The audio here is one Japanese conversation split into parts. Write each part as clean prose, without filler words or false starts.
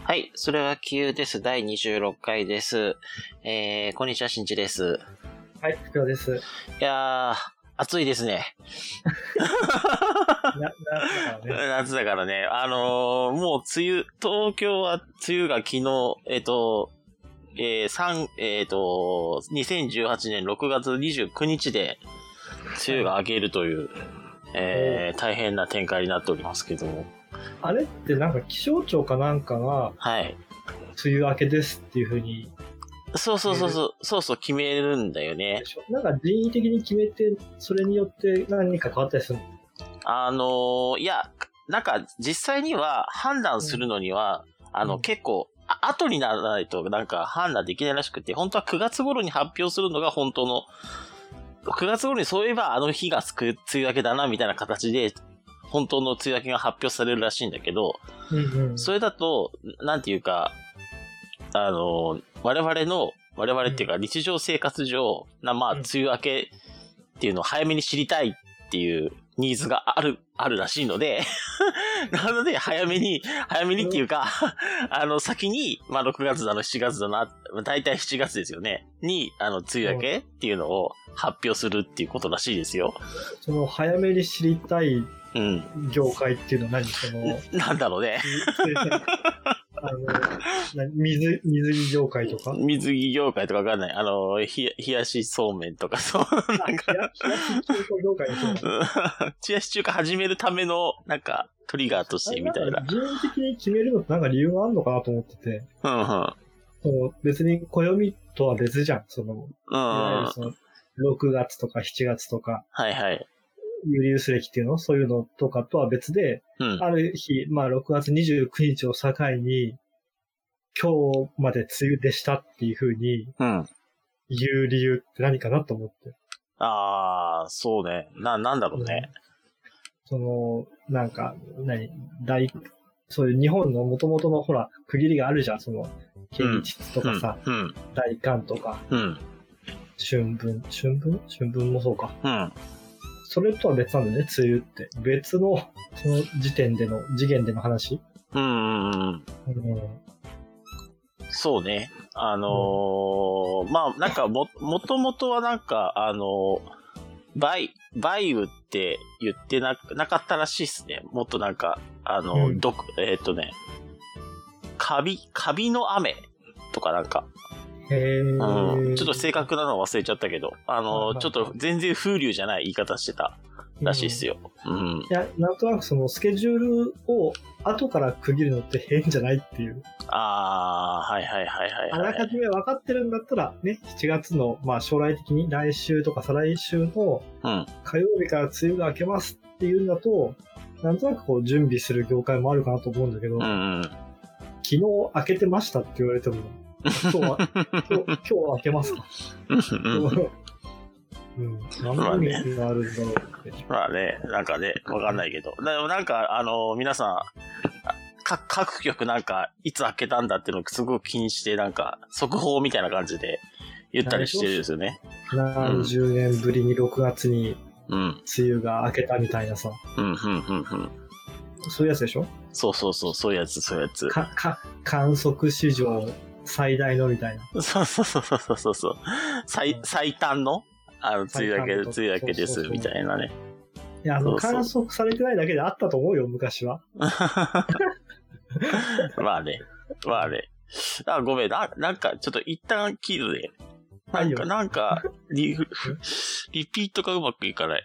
はい、それは急です。第26回です。こんにちは、しんちです。 はい、ふくらです。 いやー、暑いですね。夏だからね。もう梅雨、東京は梅雨が昨日、2018年6月29日で梅雨が明けるという、大変な展開になっておりますけども。 あれってなんか気象庁かなんかが、 はい。 梅雨明けですっていう風に。 そう、決めるんだよね。 なんか人為的に決めて、それによって何か変わったりするの？ いや、なんか実際には判断するのには、結構、後にならないとなんか判断できないらしくて、本当は9月頃に発表するのが本当の、9月頃にそういえばあの日が梅雨明けだなみたいな形で、本当の梅雨明けが発表されるらしいんだけど、それだと、なんていうか、我々っていうか日常生活上、梅雨明けっていうのを早めに知りたいっていうニーズがあるらしいので、なので早めにっていうか、先に、6月だの7月だな、だいたい7月ですよね、に、梅雨明けっていうのを発表するっていうことらしいですよ。 その早めに知りたい業界っていうのは何？ なんだろうね。 水着業界とか水着業界とかわかんない。冷やしそうめんとか、そう、なんか。 冷やし中華業界のそう冷やし中華始めるための、なんか、トリガーとしてみたいな。 人為的に決めるのってなんか理由があるのかなと思ってて。別に暦とは別じゃん。いわゆる6月とか7月とか。 はいはい。 ユリウス暦っていうのそういうのとかとは別で、ある日、6月29日を境に、今日まで梅雨でしたっていう風に、言う理由って何かなと思って。 そうね。なんだろうね。 なんか、そういう日本の元々のほら、区切りがあるじゃん。啓蟄とかさ、大寒とか、春分もそうか。それとは別なんだよね、梅雨って。別の、その次元での話。 そうね。なんかもともとはなんか、梅雨って言ってなかったらしいっすね。もっとなんか、カビの雨とかなんか。ちょっと正確なの忘れちゃったけど、ちょっと全然風流じゃない言い方してたらしいっすよ。 いや、なんとなくスケジュールを後から区切るのって変じゃないっていう。 はい。 あらかじめ分かってるんだったら、ね、7月の、将来的に来週とか再来週の火曜日から梅雨が明けますっていうんだと、なんとなく準備する業界もあるかなと思うんだけど、昨日明けてましたって言われても、今日は開けますか？何の意味があるんだろうって。 まあね、なんかね、わかんないけど。でもなんか、皆さん、各局なんか、いつ開けたんだっていうのをすごく気にして、なんか、速報みたいな感じで言ったりしてるんですよね。 何十年ぶりに6月に、梅雨が明けたみたいなさ。そういうやつでしょ？ そういうやつ。 観測史上最大のみたいな。 そう。最短の梅雨明けです、みたいなね。 いや、観測されてないだけであったと思うよ、昔は。 まあね。ごめん、なんか、ちょっと一旦切るで。なんか、リピートがうまくいかない。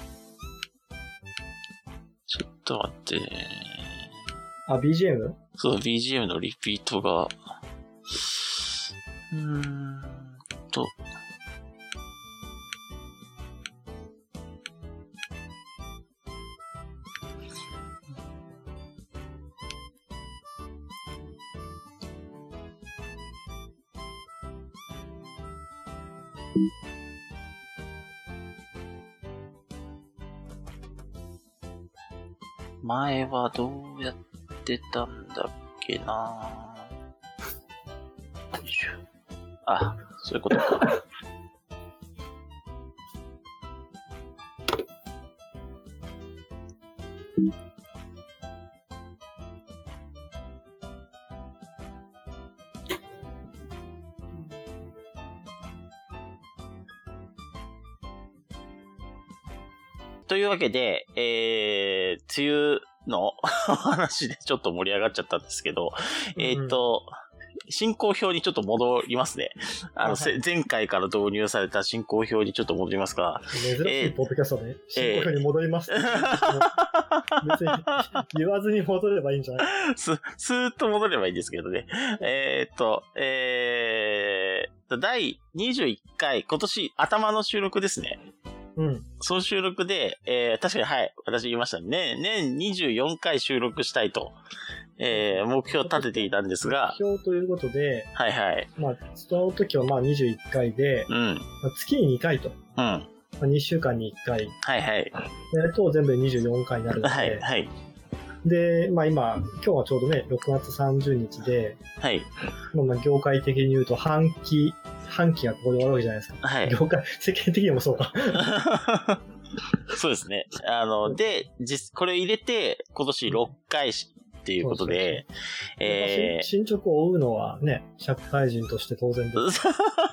ちょっと待ってね。 BGM？ そう、BGM のリピートが、前はどうやってたんだっけな。そういうことか。 というわけで、梅雨の話でちょっと盛り上がっちゃったんですけど、進行表にちょっと戻りますね。 はい、 前回から導入された進行表にちょっと戻りますが。 珍しいポッドキャストで、進行表に戻ります、別に言わずに戻ればいいんじゃないスーッと戻ればいいんですけどね。第21回、今年頭の収録ですね。 うん。 その収録で、確かにはい、私言いましたね。年24回収録したいと。目標を立てていたんですが。 目標ということで、 はいはい。 まあ、その時はまあ21回で、 うん。 月に2回と。うん。まあ、2週間に1回。 はいはい。 やると全部で24回になるので。 はいはい。 で、まあ今日はちょうどね、6月30日で、 はい。 まあ業界的に言うと半期がここで終わるわけじゃないですか。はい。業界、世間的にもそうか。 そうですね。で、これ入れて、今年6回っていうことで、 進捗を追うのはね、社会人として当然です。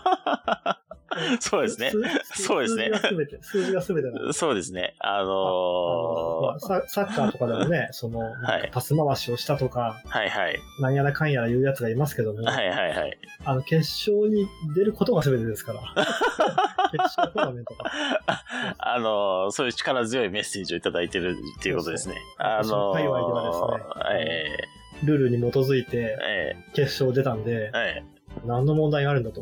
そうですね。そうですね。 数字が全てなんで。 そうですね。 サッカーとかでもね、パス回しをしたとか、 はいはい。 何やらかんやら言うやつがいますけども、 はいはいはい。 決勝に出ることが全てですから。決勝トーナメントか。 そういう力強いメッセージをいただいてるっていうことですね。 界隈ではですね、ルールに基づいて、決勝出たんで、何の問題があるんだと。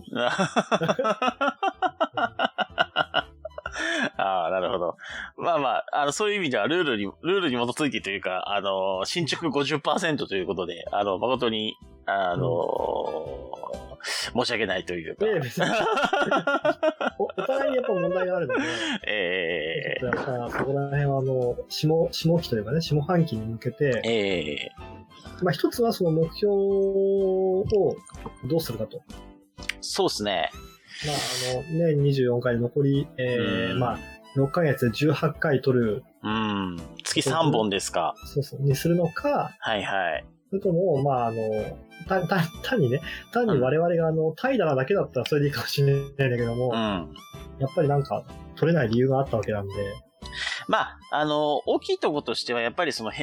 ああ、なるほど。まあまあ、そういう意味ではルールに基づいてというか、進捗 50% ということで、誠に、申し訳ないというか。 別にお互いにやっぱ問題があるので、そこら辺は下期というかね、下半期に向けて、まあ一つはその目標をどうするかと。 そうですね。 まあ年24回で残り、まあ6ヶ月で18回取る。 月3本ですか。 そうそう。にするのか。 はいはい。 それとも、まあ単に我々が怠惰なだけだったらそれでいいかもしれないんだけども、やっぱりなんか取れない理由があったわけなんで。 まあ、大きいところとしては、やっぱり編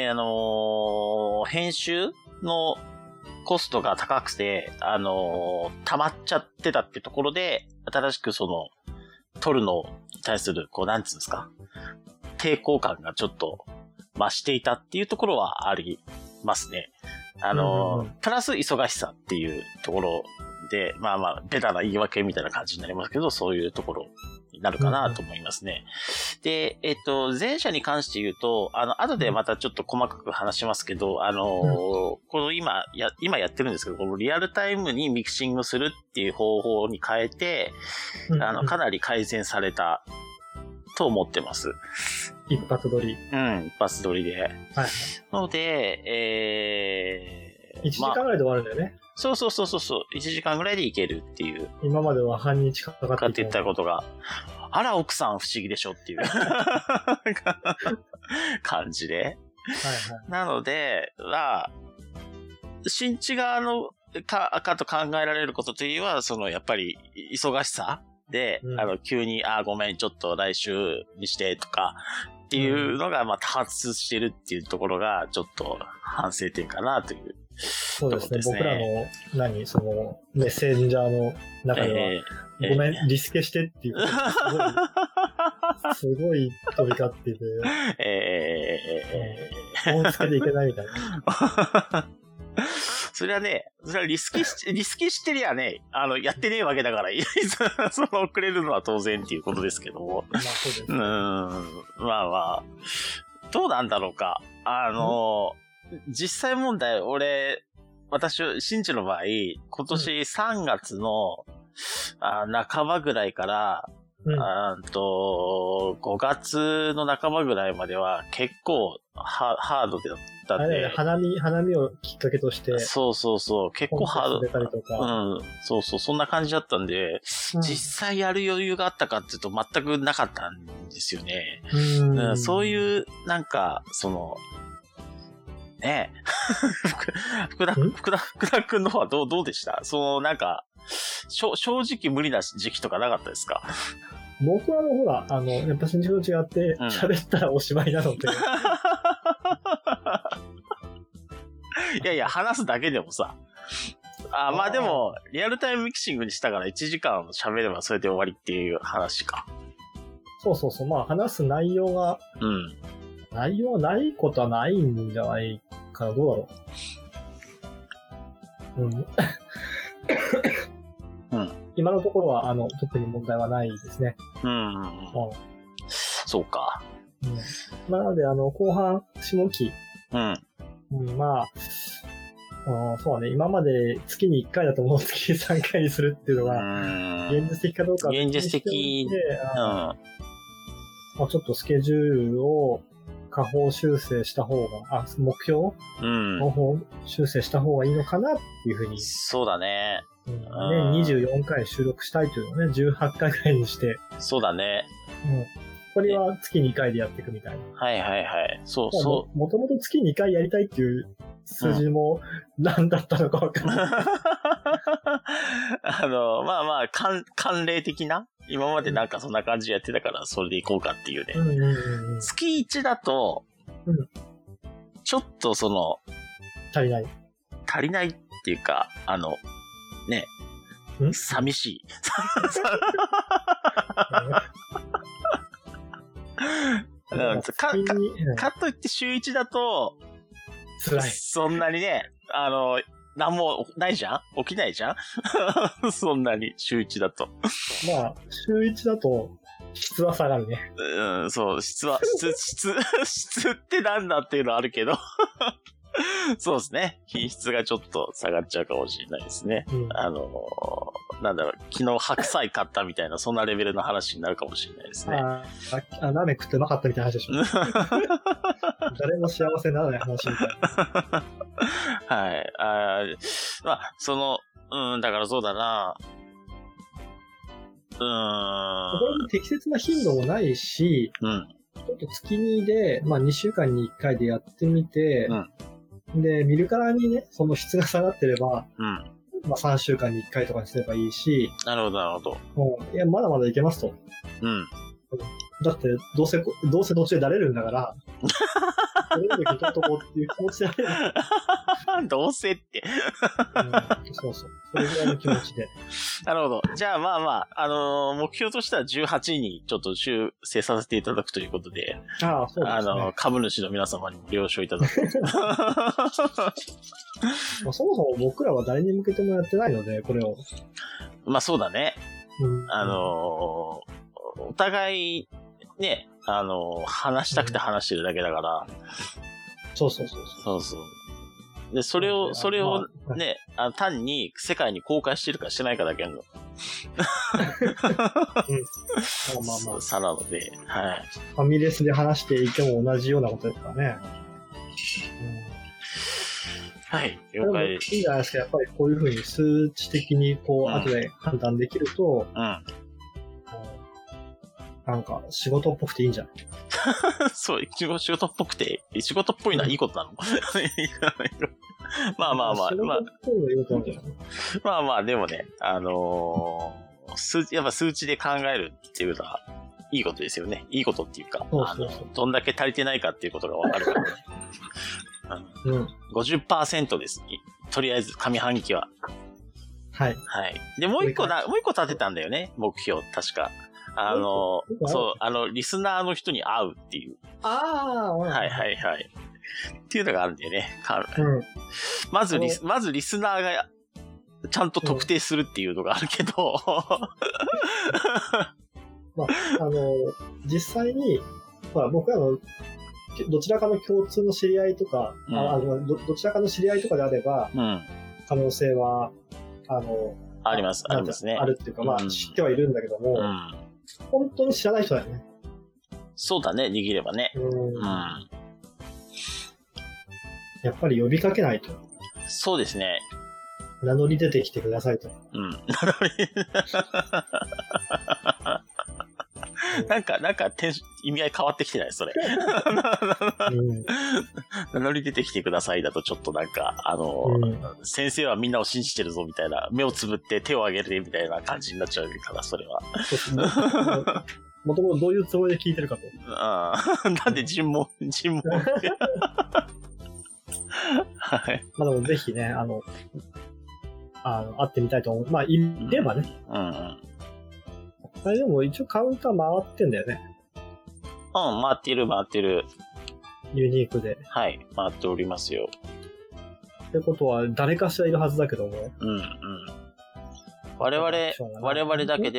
集のコストが高くて、溜まっちゃってたってところで、新しく取るのに対する、なんつうんですか、抵抗感がちょっと増していたっていうところはありますね。プラス忙しさっていうところで、まあまあ、ベタな言い訳みたいな感じになりますけど、そういうところになるかなと思いますね。で、前者に関して言うと、後でまたちょっと細かく話しますけど、この今やってるんですけど、このリアルタイムにミキシングするっていう方法に変えて、かなり改善されたと思ってます。 一発撮り。 一発撮りで。はい。なので、 1時間ぐらいで終わるんだよね。 そう。1時間ぐらいでいけるっていう。 今までは半日かかっていったことが。あら、奥さん不思議でしょっていう感じで。はいはい。なので、新地側のかと考えられることというのは、やっぱり忙しさで、急に、ごめん、ちょっと来週にしてとか、っていうのが、多発してるっていうところが、ちょっと反省点かなという。 そうですね。僕らの、メッセンジャーの中では、ごめん、リスケしてっていうことがすごい飛び交ってて、本つけていけないみたいな。 それはリスケしてりゃね、やってねえわけだから、遅れるのは当然っていうことですけども。 まあそうです。 まあ、どうなんだろうか。実際問題、新地の場合、今年3月の、半ばぐらいから、5月の半ばぐらいまでは結構ハードだったんで。 花見をきっかけとして。 そう。結構ハード。 出たりとか。 そんな感じだったんで、実際やる余裕があったかっていうと全くなかったんですよね。そういう、ね福田くんの方はどうでした？正直無理な時期とかなかったですか？ 僕はほら、やっぱ新宿と違って、喋ったらおしまいなので。 いやいや、話すだけでもさ。まあでも、リアルタイムミキシングにしたから1時間喋ればそれで終わりっていう話か。 そうそうそう。まあ話す内容が、内容はないことはないんじゃないかな。どうだろう。今のところは、特に問題はないですね。 そうか。 まあ、なので、後半、下期。まあ、そうだね。今まで月に1回だと思う月に3回にするっていうのが、現実的かどうか現実的で、 まあ、ちょっとスケジュールを下方修正した方が、目標下方修正した方がいいのかなっていうふうに。 そうだね。 年24回収録したいというのをね、18回くらいにして。 そうだね。 これは月2回でやっていくみたいな。 はいはいはい。そうそう。 もともと月2回やりたいっていう数字も何だったのかわかんない。 まあまあ、慣例的な今までなんかそんな感じでやってたから、それでいこうかっていうね。月1だと、ちょっと足りないっていうか、ね、寂しい。かといって週1だと、 辛い。 そんなにね、なんもないじゃん？起きないじゃんそんなに週1だと。 まあ、週1だと、質は下がるね。 そう、質ってなんだっていうのはあるけど。そうですね。品質がちょっと下がっちゃうかもしれないですね。なんだろう、昨日白菜買ったみたいな、そんなレベルの話になるかもしれないですね。 ラーメン食ってうまかったみたいな話でしょ。誰も幸せにならない話みたいな。 はい。まあ、だからそうだな。 これ適切な頻度もないし、ちょっと月2で、まあ2週間に1回でやってみて、で、見るからにね、その質が下がってれば、まあ3週間に1回とかにすればいいし、 なるほど、なるほど。 いや、まだまだいけますと。だって、どうせ途中でだれるんだから、それでとっとこうっていう気持ちでやれる。 どうせって。 そう。それぐらいの気持ちで。 なるほど。じゃあまあまあ、目標としては18にちょっと修正させていただくということで、 そうですね。 株主の皆様にも了承いただく。 そもそも僕らは誰に向けてもやってないので、これを。 まあそうだね。お互い、ね、話したくて話してるだけだから。 そう。 で、それをね、単に世界に公開してるかしてないかだけの。 まあ。 差なので、はい。 ファミレスで話していても同じようなことですからね。 はい、了解です。 いいじゃないですか。やっぱりこういうふうに数値的に後で判断できると、なんか仕事っぽくていいんじゃないそう、仕事っぽくて、仕事っぽいのはいいことなのまあ。まあ、でもね、やっぱ数値で考えるっていうのは、いいことですよね。いいことっていうか、どんだけ足りてないかっていうことがわかるからね。50% です。とりあえず、上半期は。 はい。 で、もう一個立てたんだよね、目標、確か。リスナーの人に会うっていう。はい。っていうのがあるんだよね。まずリスナーがちゃんと特定するっていうのがあるけど。 まあ、実際に、まあ、僕らのどちらかの共通の知り合いとか、どちらかの知り合いとかであれば、可能性は、 ありますね。 あるっていうか、まあ、知ってはいるんだけども、本当に知らない人だよね。 そうだね、握ればね。 やっぱり呼びかけないと。 そうですね。 名乗り出てきてくださいと。 なんか意味合い変わってきてないそれ。名乗り出てきてくださいだとちょっとなんか、先生はみんなを信じてるぞみたいな、目をつぶって手を挙げるみたいな感じになっちゃうから、それは。 もともとどういうつもりで聞いてるかと。 なんで尋問って。はい。 まあでもぜひね、会ってみたいと思う。まあ、いればね。でも一応カウンター回ってんだよね。 回ってる。 ユニークで。 はい、回っておりますよ。 ってことは、誰かしらいるはずだけども。 我々だけで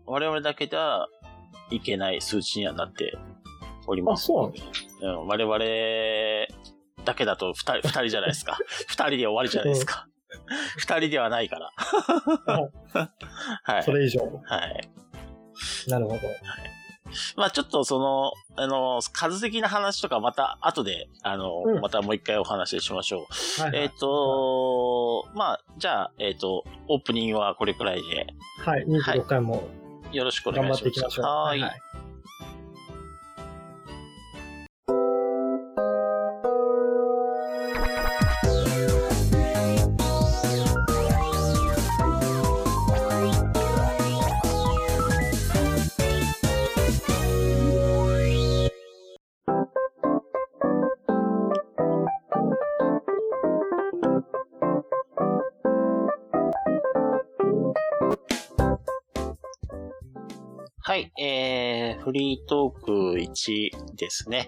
はいけない数値にはなっております。 そうなの？我々だけだと二人じゃないですか。二人で終わりじゃないですか。二人ではないから。はい。 それ以上。 はい。 なるほど。はい。 まあちょっと数的な話とかまた後で、またもう一回お話ししましょう。まあ、じゃあ、オープニングはこれくらいで。 はい、26回も。 よろしくお願いします。 頑張っていきましょう。 はい。はい、フリートーク1ですね。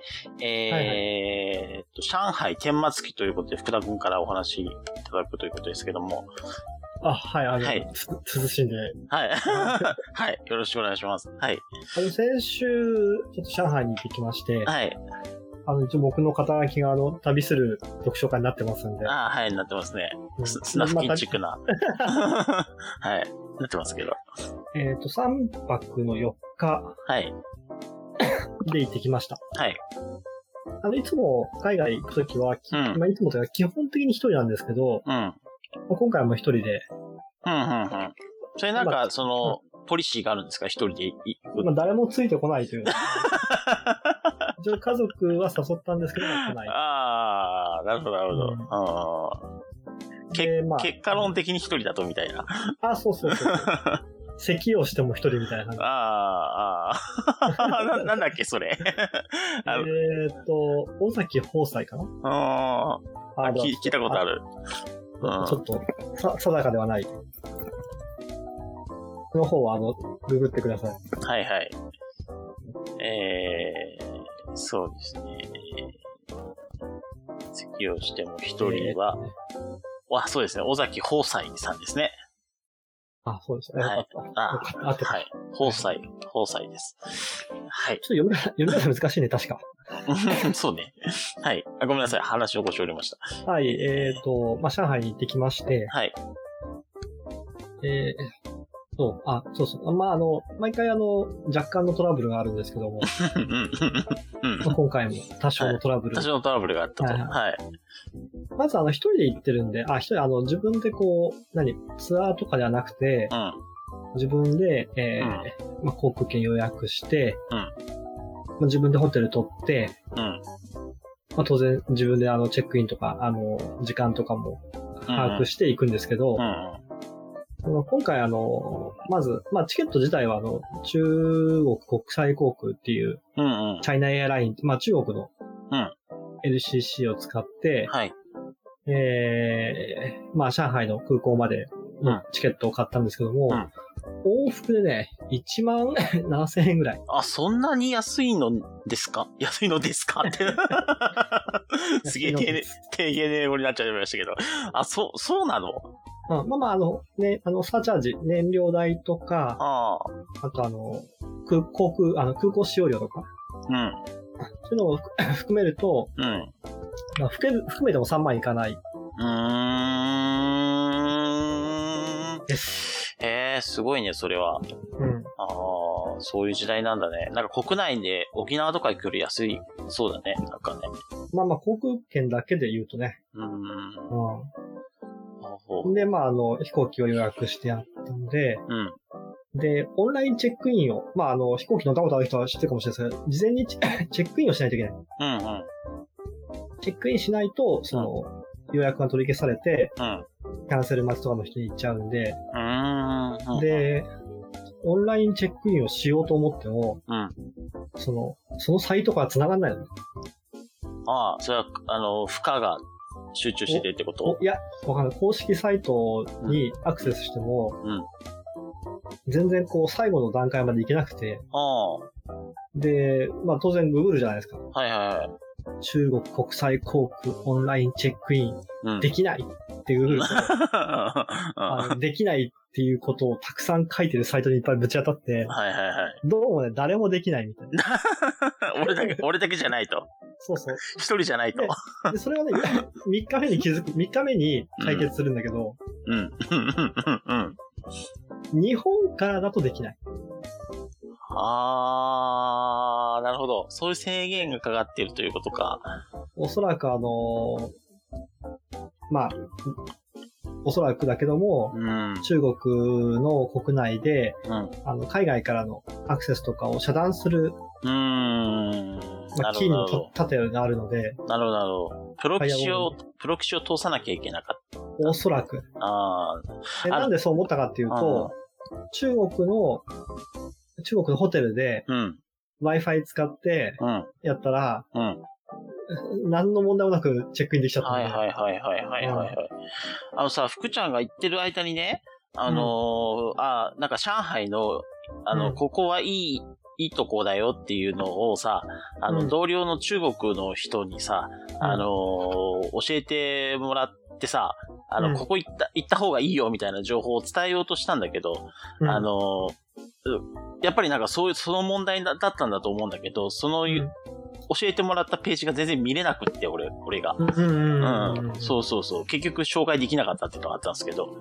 上海天末期ということで、福田君からお話いただくということですけども。 はい、はい。慎んで。 はい。はい、よろしくお願いします。はい。 先週、ちょっと上海に行ってきまして。はい。一応僕の肩書きが旅する読書会になってますんで。 はい、なってますね。スナフキンチックな。はい。なってますけど。 3泊の4日。はい。で行ってきました。はい。いつも海外行くときは、いつもというか基本的に一人なんですけど、今回も一人で。 それなんか、ポリシーがあるんですか？一人で行く。 誰もついてこないという。一応家族は誘ったんですけど、来ない。 なるほど、なるほど。結果論的に一人だとみたいな。 そう。咳をしても一人みたいな。 なんだっけ、それ。 尾崎豊斎かな？ 聞いたことある。 ちょっと、定かではない。この方は、ググってください。 はいはい。そうですね。咳をしても一人は、そうですね。尾崎豊斎さんですね。 そうですね。はい。 はい。豊斎です。はい。 ちょっと読み方難しいね、確か。 そうね。はい。ごめんなさい。話をごしおりました。 はい。上海に行ってきまして。はい。そう。毎回若干のトラブルがあるんですけども。今回も多少のトラブル。 多少のトラブルがあったと。はい。 まず一人で行ってるんで、自分でツアーとかではなくて、自分で、航空券予約して、自分でホテル取って、当然自分でチェックインとか、時間とかも把握していくんですけど、今回まず、チケット自体は中国国際航空っていう、チャイナエアライン、中国の LCC を使って、はい。上海の空港までのチケットを買ったんですけども、往復でね、17,000円ぐらい。 そんなに安いのですかって。すげえ低減英語になっちゃいましたけど。そうなの？ サーチャージ、燃料代とか、あと空港使用料とか、そういうのを含めると、含めても3万いかない。です。 すごいね、それは。そういう時代なんだね。なんか国内で沖縄とか行くより安いそうだね、なんかね。 航空券だけで言うとね。で、飛行機を予約してあったので、 で、オンラインチェックインを、飛行機乗ったことある人は知ってるかもしれないですけど、事前にチェックインをしないといけない。 うんうん。 チェックインしないと、予約が取り消されて、 うん。 キャンセル待ちとかの人に行っちゃうんで、 うん。 で、オンラインチェックインをしようと思っても、 うん。 そのサイトから繋がんないの。 ああ、それは、負荷が集中しててってこと？ いや、わかんない。公式サイトにアクセスしても、 うん。 全然最後の段階まで行けなくて、で、当然ググるじゃないですか。 はいはいはい。 中国国際航空オンラインチェックイン、できないってググると、できないっていうことをたくさん書いてるサイトにいっぱいぶち当たって、 はいはいはい。 どうもね、誰もできないみたいな。 俺だけじゃないと。 そうそう。 一人じゃないと。 でそれはね、3日目に3日目に解決するんだけど、 うん。 日本からだとできない。 あー、なるほど。そういう制限がかかっているということか。 おそらくおそらくだけども、中国の国内で、海外からのアクセスとかを遮断する、キーの盾があるので。 なるほど、なるほど。プロキシを通さなきゃいけなかった。 おそらく。なんでそう思ったかっていうと、中国のホテルで、Wi-Fi 使って、やったら、何の問題もなくチェックインできちゃった。 はい。福ちゃんが言ってる間にね、なんか上海の、ここはいいとこだよっていうのをさ、同僚の中国の人にさ、教えてもらってさ、ここ行った方がいいよみたいな情報を伝えようとしたんだけど、やっぱりなんかその問題だったんだと思うんだけど、教えてもらったページが全然見れなくって、俺が。そう。結局紹介できなかったっていうのがあったんですけど。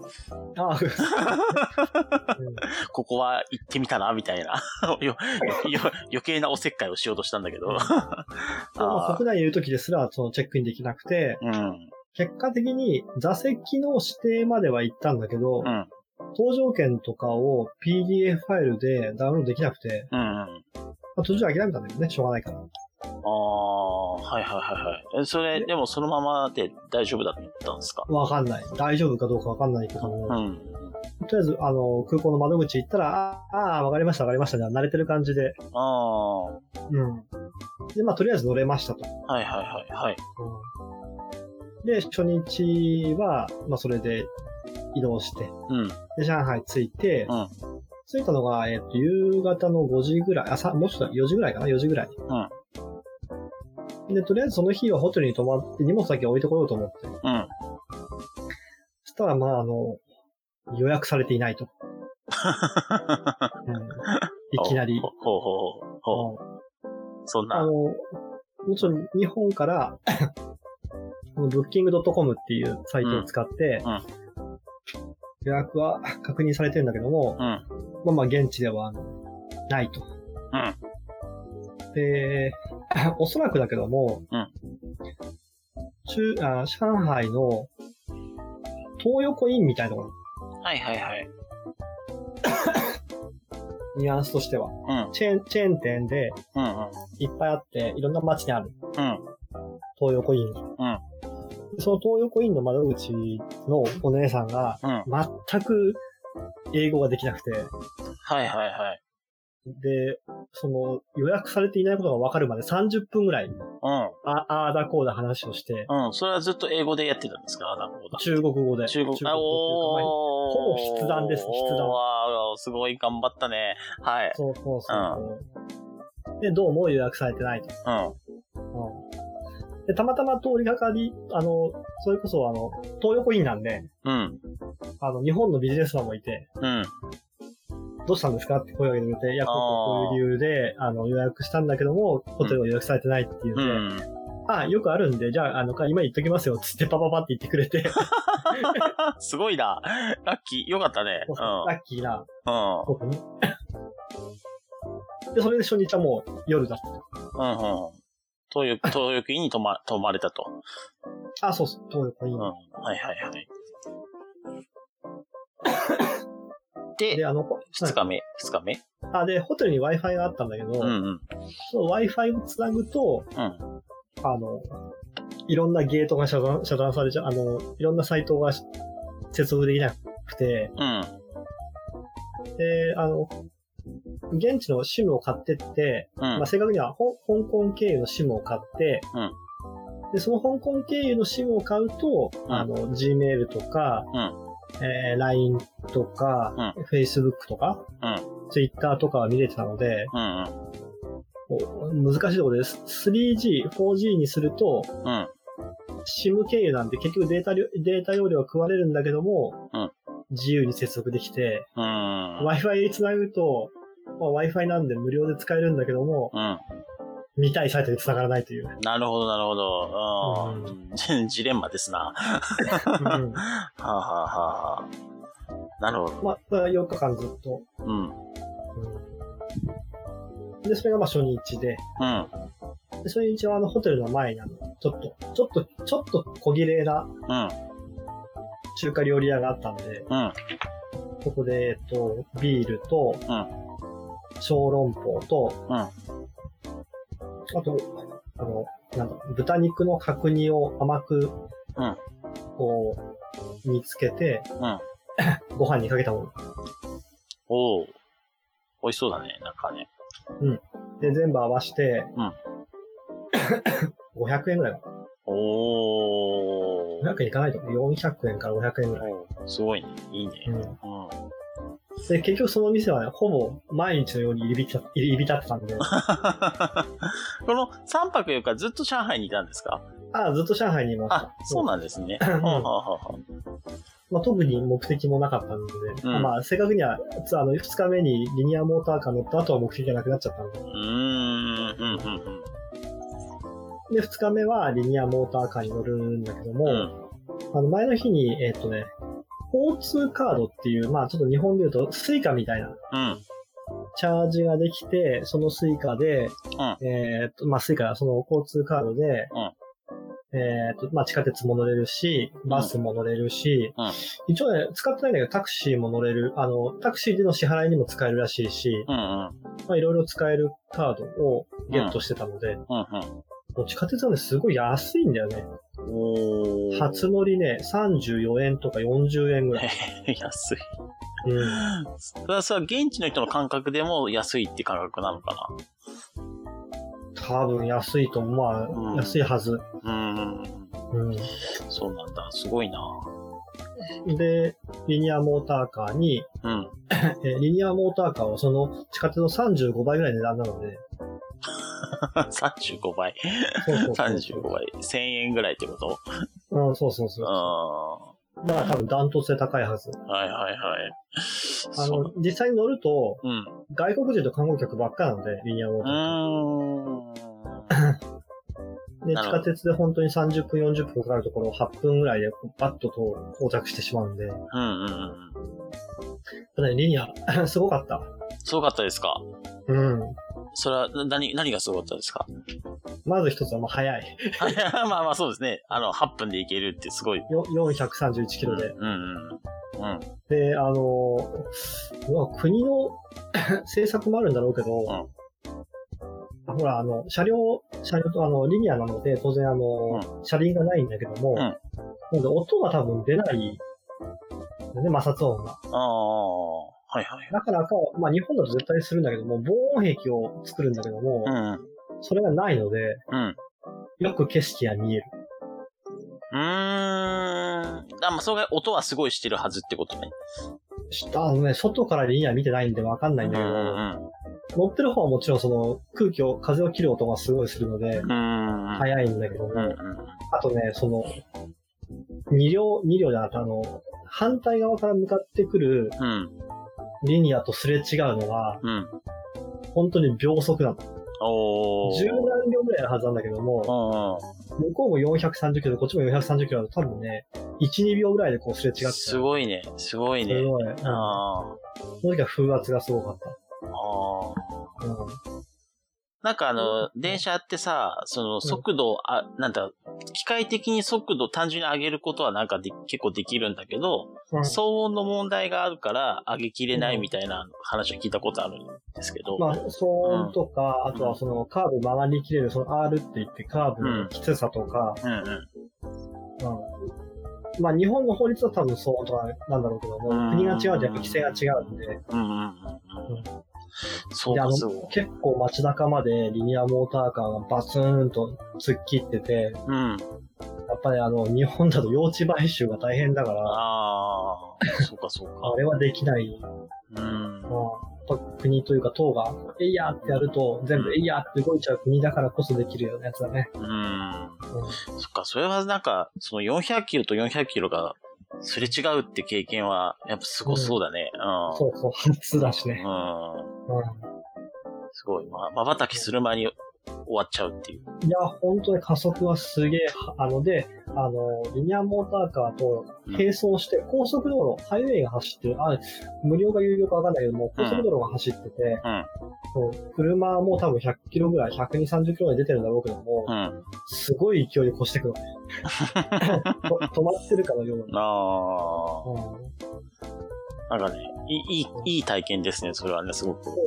ここは行ってみたな、みたいな。余計なおせっかいをしようとしたんだけど。 国内にいる時ですら、チェックインできなくて、結果的に座席の指定までは行ったんだけど、搭乗券とかを PDF ファイルでダウンロードできなくて、途中諦めたんだけどね、しょうがないから。 はい。それ、でもそのままで大丈夫だったんですか？ わかんない。大丈夫かどうかわかんないけども、とりあえず、空港の窓口行ったら、わかりました、じゃあ慣れてる感じで。で、とりあえず乗れましたと。 はい。 で、初日は、それで移動して、で、上海着いて、着いたのが、夕方の5時ぐらい、もうちょっと4時ぐらいかな、4時ぐらい。で、とりあえずその日はホテルに泊まって荷物だけ置いてこようと思って。そしたら、予約されていないと。いきなり。 そんな。 もちろん日本から、booking.com っていうサイトを使って、予約は確認されてるんだけども、現地ではないと。で、おそらくだけども、上海の東横インみたいなところ。ニュアンスとしては。チェーン店で、いっぱいあって、いろんな街にある。東横インが。その東横インの窓口のお姉さんが、全く英語ができなくて。で、予約されていないことが分かるまで30分ぐらい、あーだこうだ話をして。 それはずっと英語でやってたんですか？あーだこうだ。 中国語で。 ほぼ筆談です、筆談。 すごい頑張ったね。はい。 そう。で、どうも予約されてないと。で、たまたま通りがかり、それこそ東横インなんで、日本のビジネスマンもいて、どうしたんですかって声をかけてくれて、いや、こういう理由で、予約したんだけども、ホテルを予約されてないっていうんで、よくあるんで、じゃあ、今言っときますよ、つってパパパって言ってくれて。 すごいな。ラッキー。よかったね。 ラッキーな。で、それで初日はもう夜だった。 東横インに泊まれたと。 そう、東横イン。 はい。 で、 で、 二日目。 で、ホテルに Wi-Fi があったんだけど、 うんうん。 その Wi-Fi をつなぐと、 うん。 いろんなゲートが遮断されちゃう、いろんなサイトが接続できなくて、 うん。 で、現地の SIM を買ってって、 うん。 まあ、正確には香港経由の SIM を買って、 うん。 で、その香港経由の SIM を買うと、 うん、 Gmail とか、 うん、 LINE とか、 うん、 Facebook とか、 うん、 Twitter とかは見れてたので、 うんうん、難しいところです。3G、4G にすると、 うん、 SIM 経由なんで結局データ容量は食われるんだけども、 うん、 自由に接続できて、 うん、 Wi-Fi につなぐと、まあ、Wi-Fi なんで無料で使えるんだけども、 うん。 見たいサイトに繋がらないという。 なるほど、なるほど。ジレンマですな。はあ、はあはあ、なるほど。 まあ、4日間ずっと。 うん。 で、それがまあ初日で。 うん。 で、初日はホテルの前にちょっと小綺麗な、中華料理屋があったんで、 うん。 そこで、ビールと、 うん。 小籠包と、 うん。 あと、豚肉の角煮を甘く、 うん。 こう、見つけて、 うん。 ご飯にかけたもの。 おー。美味しそうだね、なんかね。 うん。で、全部合わせて、 うん。 500円ぐらいかな。 おー。 500円いかないと思う。400円から500円ぐらい。 すごいね。いいね。うん。 で、結局その店はね、ほぼ毎日のように入り浸ってたんで。この3泊4日ずっと上海にいたんですか？ ずっと上海にいました。 あ、そうなんですね。 まあ、特に目的もなかったので、まあ、正確には、2日目にリニアモーターカー乗った後は目的がなくなっちゃったので。で、2日目はリニアモーターカーに乗るんだけども、前の日に、交通カードっていう、まあちょっと日本で言うとスイカみたいな、チャージができて、そのスイカで、まあスイカ、その交通カードで、まあ地下鉄も乗れるし、バスも乗れるし、一応ね、使ってないんだけどタクシーも乗れる、タクシーでの支払いにも使えるらしいし、まあいろいろ使えるカードをゲットしてたので、地下鉄はね、すごい安いんだよね。初乗りね、34円とか40円ぐらい。 安い。それは現地の人の感覚でも安いって感覚なのかな？ 多分安いと思う。まあ、安いはず。 そうなんだ。すごいな。 で、リニアモーターカーに、リニアモーターカーはその地下鉄の35倍ぐらいの値段なので、 35倍。35倍。1000円ぐらいってこと？ そう。だから多分ダントツで高いはず。 はい。 実際に乗ると、外国人と観光客ばっかなので、リニアモーターカー。で、地下鉄で本当に30分、40分かかるところを8分ぐらいでバッと到着してしまうんで。ただね、リニア、すごかった。 すごかったですか？それは、何がすごかったですか？ まず一つはもう早い。 まあそうですね。8分で行けるってすごい。 431キロで。で、国の政策もあるんだろうけど、ほら、車両とリニアなので、当然車輪がないんだけども、なので音が多分出ない、ね、摩擦音が。だからか、まあ日本だと絶対するんだけども、防音壁を作るんだけども、それがないので、よく景色が見える。 まあ、それが音はすごいしてるはずってことね。 外からリニア見てないんでわかんないんだけど、乗ってる方はもちろんその風を切る音がすごいするので、早いんだけども、あとね、その、2両じゃなくて反対側から向かってくる、リニアとすれ違うのが、本当に秒速なの。10何秒ぐらいのはずなんだけども、向こうも430キロ、こっちも430キロだと多分ね、1、2秒ぐらいでこうすれ違って。 すごいね。すごい。 その時は風圧がすごかった。 なんか電車ってさ、その速度、なんだ、 機械的に速度単純に上げることはなんか結構できるんだけど、騒音の問題があるから上げきれないみたいな話は聞いたことあるんですけど。 まあ、騒音とか、あとはそのカーブ曲がりきれる、その R って言ってカーブのきつさとか、まあ日本の法律は多分騒音とかなんだろうけども、国が違うとやっぱ規制が違うんで、 そうかそう。 結構街中までリニアモーターカーがバツーンと突っ切ってて、やっぱり日本だと用地買収が大変だから、 そうかそうか。 あれはできない。国というか党が、えいやーってやると、全部えいやーって動いちゃう国だからこそできるようなやつだね。 そっか、それはなんか、その400キロと400キロがすれ違うって経験は、やっぱすごそうだね。 そうそう、初だしね。 すごい。瞬きする前に終わっちゃうっていう。 いや、本当に加速はすげえ、リニアモーターカーと並走して、高速道路、ハイウェイが走ってる、無料か有料かわかんないけども、高速道路が走ってて、車も多分100キロぐらい、120、30キロぐらい出てるんだろうけども、すごい勢いで越してくるのね。止まってるかのように。 なんかね、いい体験ですね、それはね、すごく。 そう。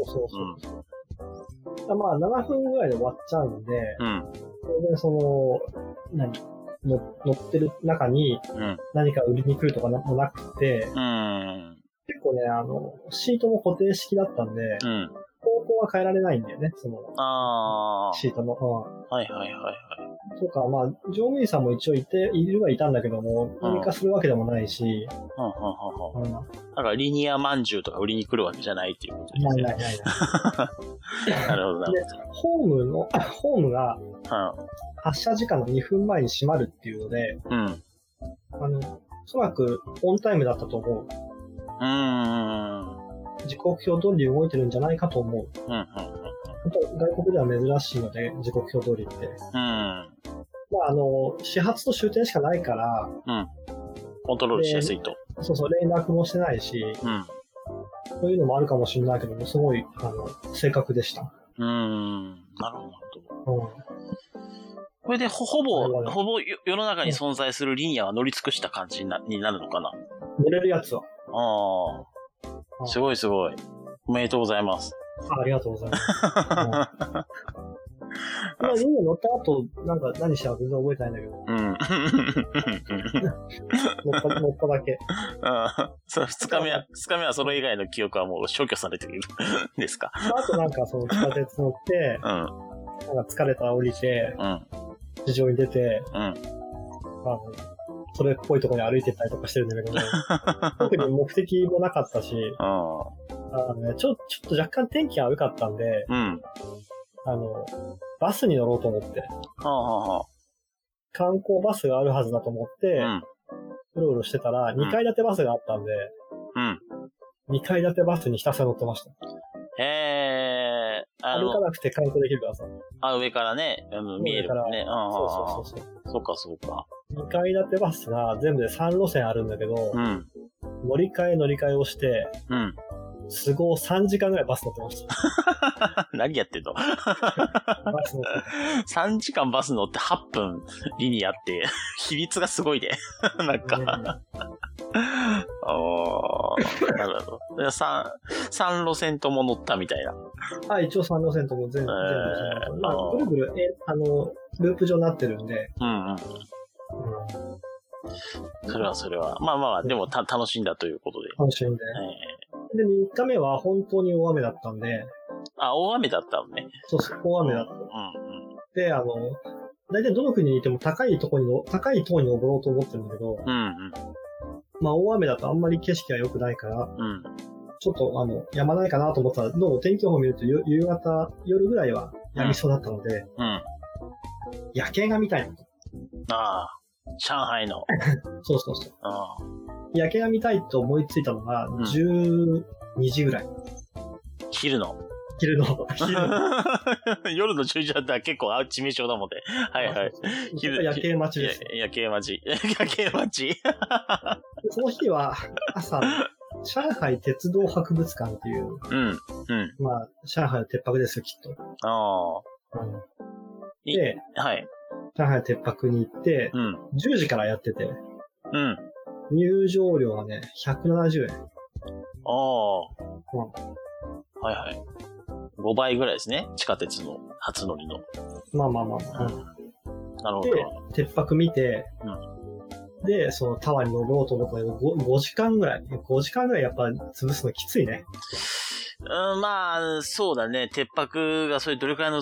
まあ、7分ぐらいで終わっちゃうんで、それで乗ってる中に何か売りに来るとかもなくて、結構ね、シートも固定式だったんで、方向は変えられないんだよね、その、シートの。とか、まあ、乗務員さんも一応いるはいたんだけども、何かするわけでもないし、 なんかリニアまんじゅうとか売りに来るわけじゃないっていうことですね。ない。なるほどな。 で、ホームが、発車時間の2分前に閉まるっていうので、おそらくオンタイムだったと思う。時刻表通り動いてるんじゃないかと思う。本当外国では珍しいので、時刻表通りって。まあ、始発と終点しかないから、 コントロールしやすいと。 そう、連絡もしてないし、そういうのもあるかもしれないけども、すごい、正確でした。 なるほど。これでほぼ世の中に存在するリニアは乗り尽くした感じになるのかな？ 乗れるやつは。 すごい。おめでとうございます。 ありがとうございます。リニア乗った後、なんか何したか全然覚えてないんだけど。乗っただけ。 そう、二日目はその以外の記憶はもう消去されているんですか？ あとなんかその地下鉄乗って、なんか疲れたら降りて、地上に出て、それっぽいところに歩いてったりとかしてるんだけど、特に目的もなかったし、ちょっと若干天気が悪かったんで、バスに乗ろうと思って、観光バスがあるはずだと思って、うろうろしてたら、2階建てバスがあったんで、2階建てバスにひたすら乗ってました。歩かなくて観光できるからさ。 上からね、見えるもんね。そうか。 2階建てバスが全部で3路線あるんだけど、乗り換えをして、都合3時間ぐらいバス乗ってました。 何やってんの？3時間バス乗って8分リニアって、比率がすごいね。なんか。なるほど。3路線とも乗ったみたいな。 一応3路線とも全部。ぐるぐる、ループ状になってるんで。 それは。まあ、でも楽しんだということで。 楽しんで。で、3日目は本当に大雨だったんで。 大雨だったのね。 そう、大雨だった。で、大体どの国にいても高い塔に登ろうと思ってるんだけど、まあ大雨だとあんまり景色が良くないから、ちょっとやまないかなと思ったら、どうも天気予報を見ると夜ぐらいはやみそうだったので、夜景が見たいな。上海の。 そう。夜景が見たいと思いついたのが、12時ぐらい。 昼の。夜の10時だったら結構致命傷だもんね。 夜景待ちです。 夜景待ち。 その日は朝、上海鉄道博物館っていう、まあ、上海の鉄泊ですよ、きっと。で、 上海鉄泊に行って、10時からやってて、入場料がね、170円。 ああ。はいはい。5倍ぐらいですね。地下鉄の初乗りの。 まあ。 なるほど。 で、鉄泊見て、で、そのタワーに乗ろうと思ったけど、5時間ぐらいやっぱ潰すのきついね。 まあ、そうだね。鉄泊がそれどれくらいの、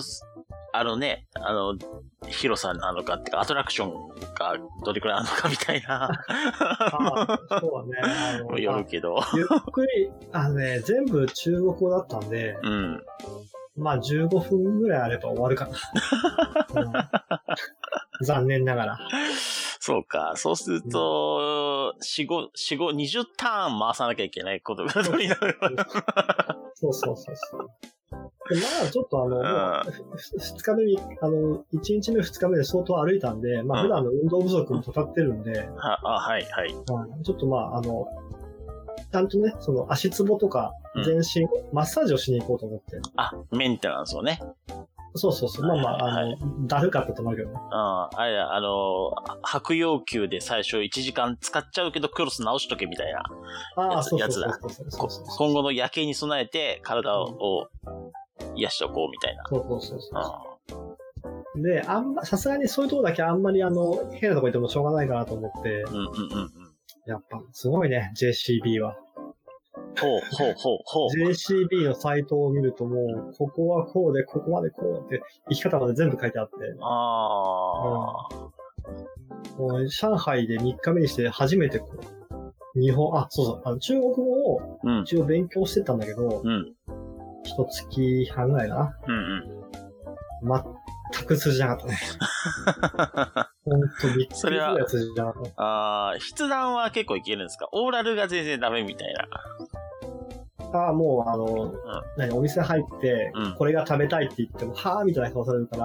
広さなのかっていうか、アトラクションがどれくらいあるのかみたいな。 そうだね。 よるけど。 ゆっくり、全部中国語だったんで、まあ15分ぐらいあれば終わるかな。残念ながら。 そうか。そうすると、20ターン回さなきゃいけないことが取りなる。 そう。でまあちょっともう、2日目に、1日目2日目で相当歩いたんで、まあ普段の運動不足もかかってるんで、 はい。 ちょっとまあちゃんとね、その足つぼとか全身、マッサージをしに行こうと思って。 メンテナンスをね。 そう。まあ、だるかったと思うけどね。 白葉球で最初1時間使っちゃうけどクロス直しとけみたいなやつだ。今後の夜景に備えて体を癒しておこうみたいな。 そう。で、さすがにそういうとこだけあんまり変なとこ行ってもしょうがないかなと思って。やっぱ、すごいね、JCB は。 ほう。 JCB のサイトを見るともう、ここはこうで、ここまでこうって、生き方まで全部書いてあって。もう上海で3日目にして初めてこう、中国語を一応勉強してたんだけど、一月半ぐらいかな。全く通じなかったね。ほんとびっくりするやつじゃなかった。 筆談は結構いけるんですか？オーラルが全然ダメみたいな。 もうお店入って、これが食べたいって言っても、はぁみたいな顔されるから、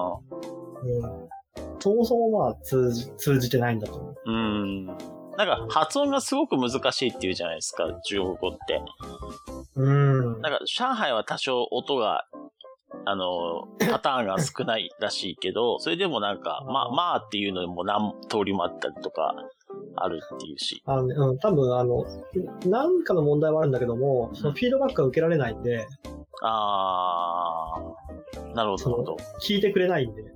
そもそもまあ通じてないんだと思う。 なんか発音がすごく難しいって言うじゃないですか、中国語って。なんか上海は多少音が、パターンが少ないらしいけど、それでもなんか、まあっていうのも何通りもあったりとか、あるっていうし。 多分なんかの問題はあるんだけども、そのフィードバックが受けられないんで。 なるほど。 聞いてくれないんで。フ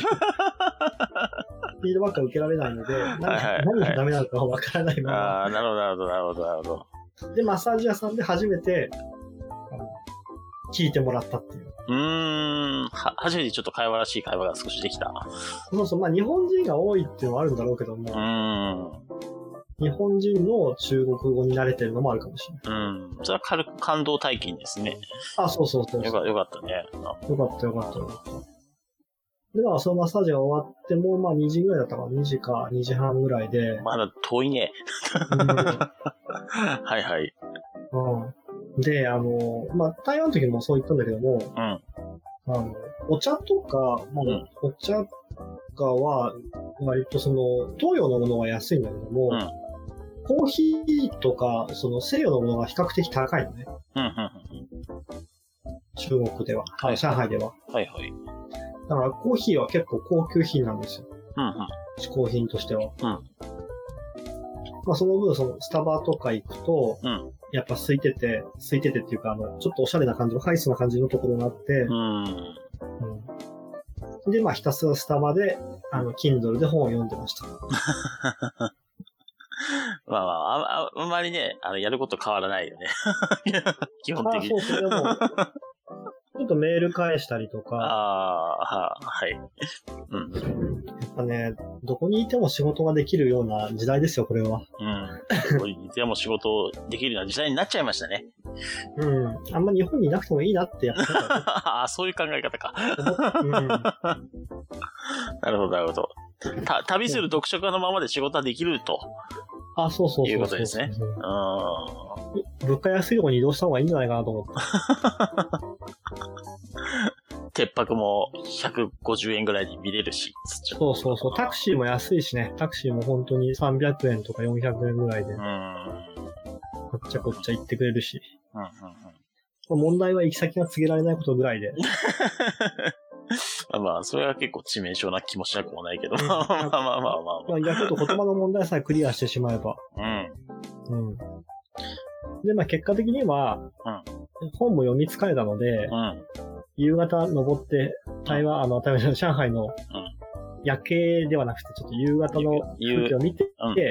ィードバックが受けられないので、何がダメなのかわからないまま。 なるほど。 で、マッサージ屋さんで初めて、聞いてもらったっていう。 初めてちょっと会話らしい会話が少しできた。 そう、まあ日本人が多いっていうのはあるんだろうけども、日本人の中国語に慣れてるのもあるかもしれない。 それは軽く感動体験ですね。 そう。 よかったね。 よかった。で、まあそのマッサージが終わっても、まあ2時ぐらいだったか2時か2時半ぐらいで。 まだ遠いね。はい。 で、まあ、台湾の時もそう言ったんだけども、お茶とか、お茶は、割とその、東洋のものは安いんだけども、コーヒーとか、その西洋のものが比較的高いのね。中国では、上海では。だからコーヒーは結構高級品なんですよ。嗜好品としては。まあその分、そのスタバとか行くと、やっぱ空いててっていうか、ちょっとおしゃれな感じの、ハイソな感じのところがあって、で、まあひたすらスタバで、Kindle で本を読んでました。 あんまりね、やること変わらないよね。基本的に。 でも、ちょっとメール返したりとか。 はい。 やっぱね、どこにいても仕事ができるような時代ですよ、これは。 どこにいても仕事できるような時代になっちゃいましたね。 あんま日本にいなくてもいいなってやってた。 そういう考え方か。なるほど。旅する読書家のままで仕事はできると。 そう。 いうことですね。 物価安いところに移動した方がいいんじゃないかなと思って。 鉄泊も150円ぐらいに見れるし。 そう。タクシーも安いしね。タクシーも本当に300円とか400円ぐらいで。こっちゃ行ってくれるし。問題は行き先が告げられないことぐらいで。 あ、それは結構致命傷な気もしなくもないけど。まあまあまあまあまあ。 逆に言うと言葉の問題さえクリアしてしまえば。うん。で、まあ結果的には、本も読み疲れたので、夕方登って、上海の夜景ではなくて、ちょっと夕方の風景を見て、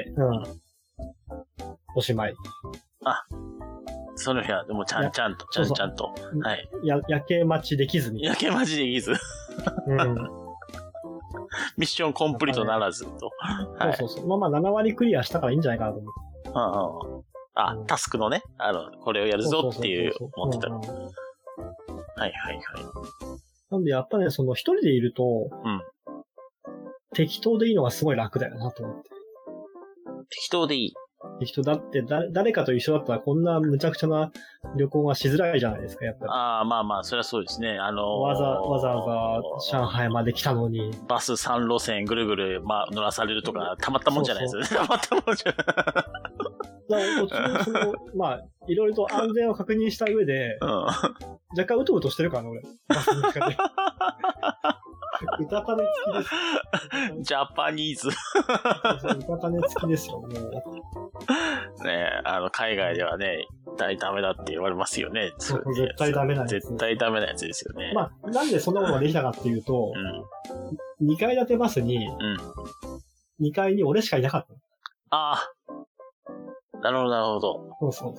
おしまい。 あ、その日は、でもちゃんと。はい。 夜景待ちできずに。 夜景待ちできず。ミッションコンプリートならずと。 そう。まあ7割クリアしたからいいんじゃないかなと思って。 タスクのね、これをやるぞっていう思ってた。はい。 なんでやっぱね、その一人でいると、適当でいいのがすごい楽だよなと思って。 適当でいい。 だって誰かと一緒だったらこんな無茶苦茶な旅行はしづらいじゃないですか、やっぱり。 まあ、それはそうですね。 わざわざ上海まで来たのに。 バス3路線ぐるぐる、乗らされるとか、たまったもんじゃないですよね。たまったもんじゃない。 途中いろいろと安全を確認した上で、若干うとうとしてるからね、俺。バスの中で。うたた寝付きです。 ジャパニーズ。 うたた寝付きですよ、もう。 ね海外ではね、ダメだって言われますよね。 絶対ダメなやつ。 絶対ダメなやつですよね。 なんでそんなものができたかっていうと、2階建てバスに、2階に俺しかいなかった。 なるほど。 そう。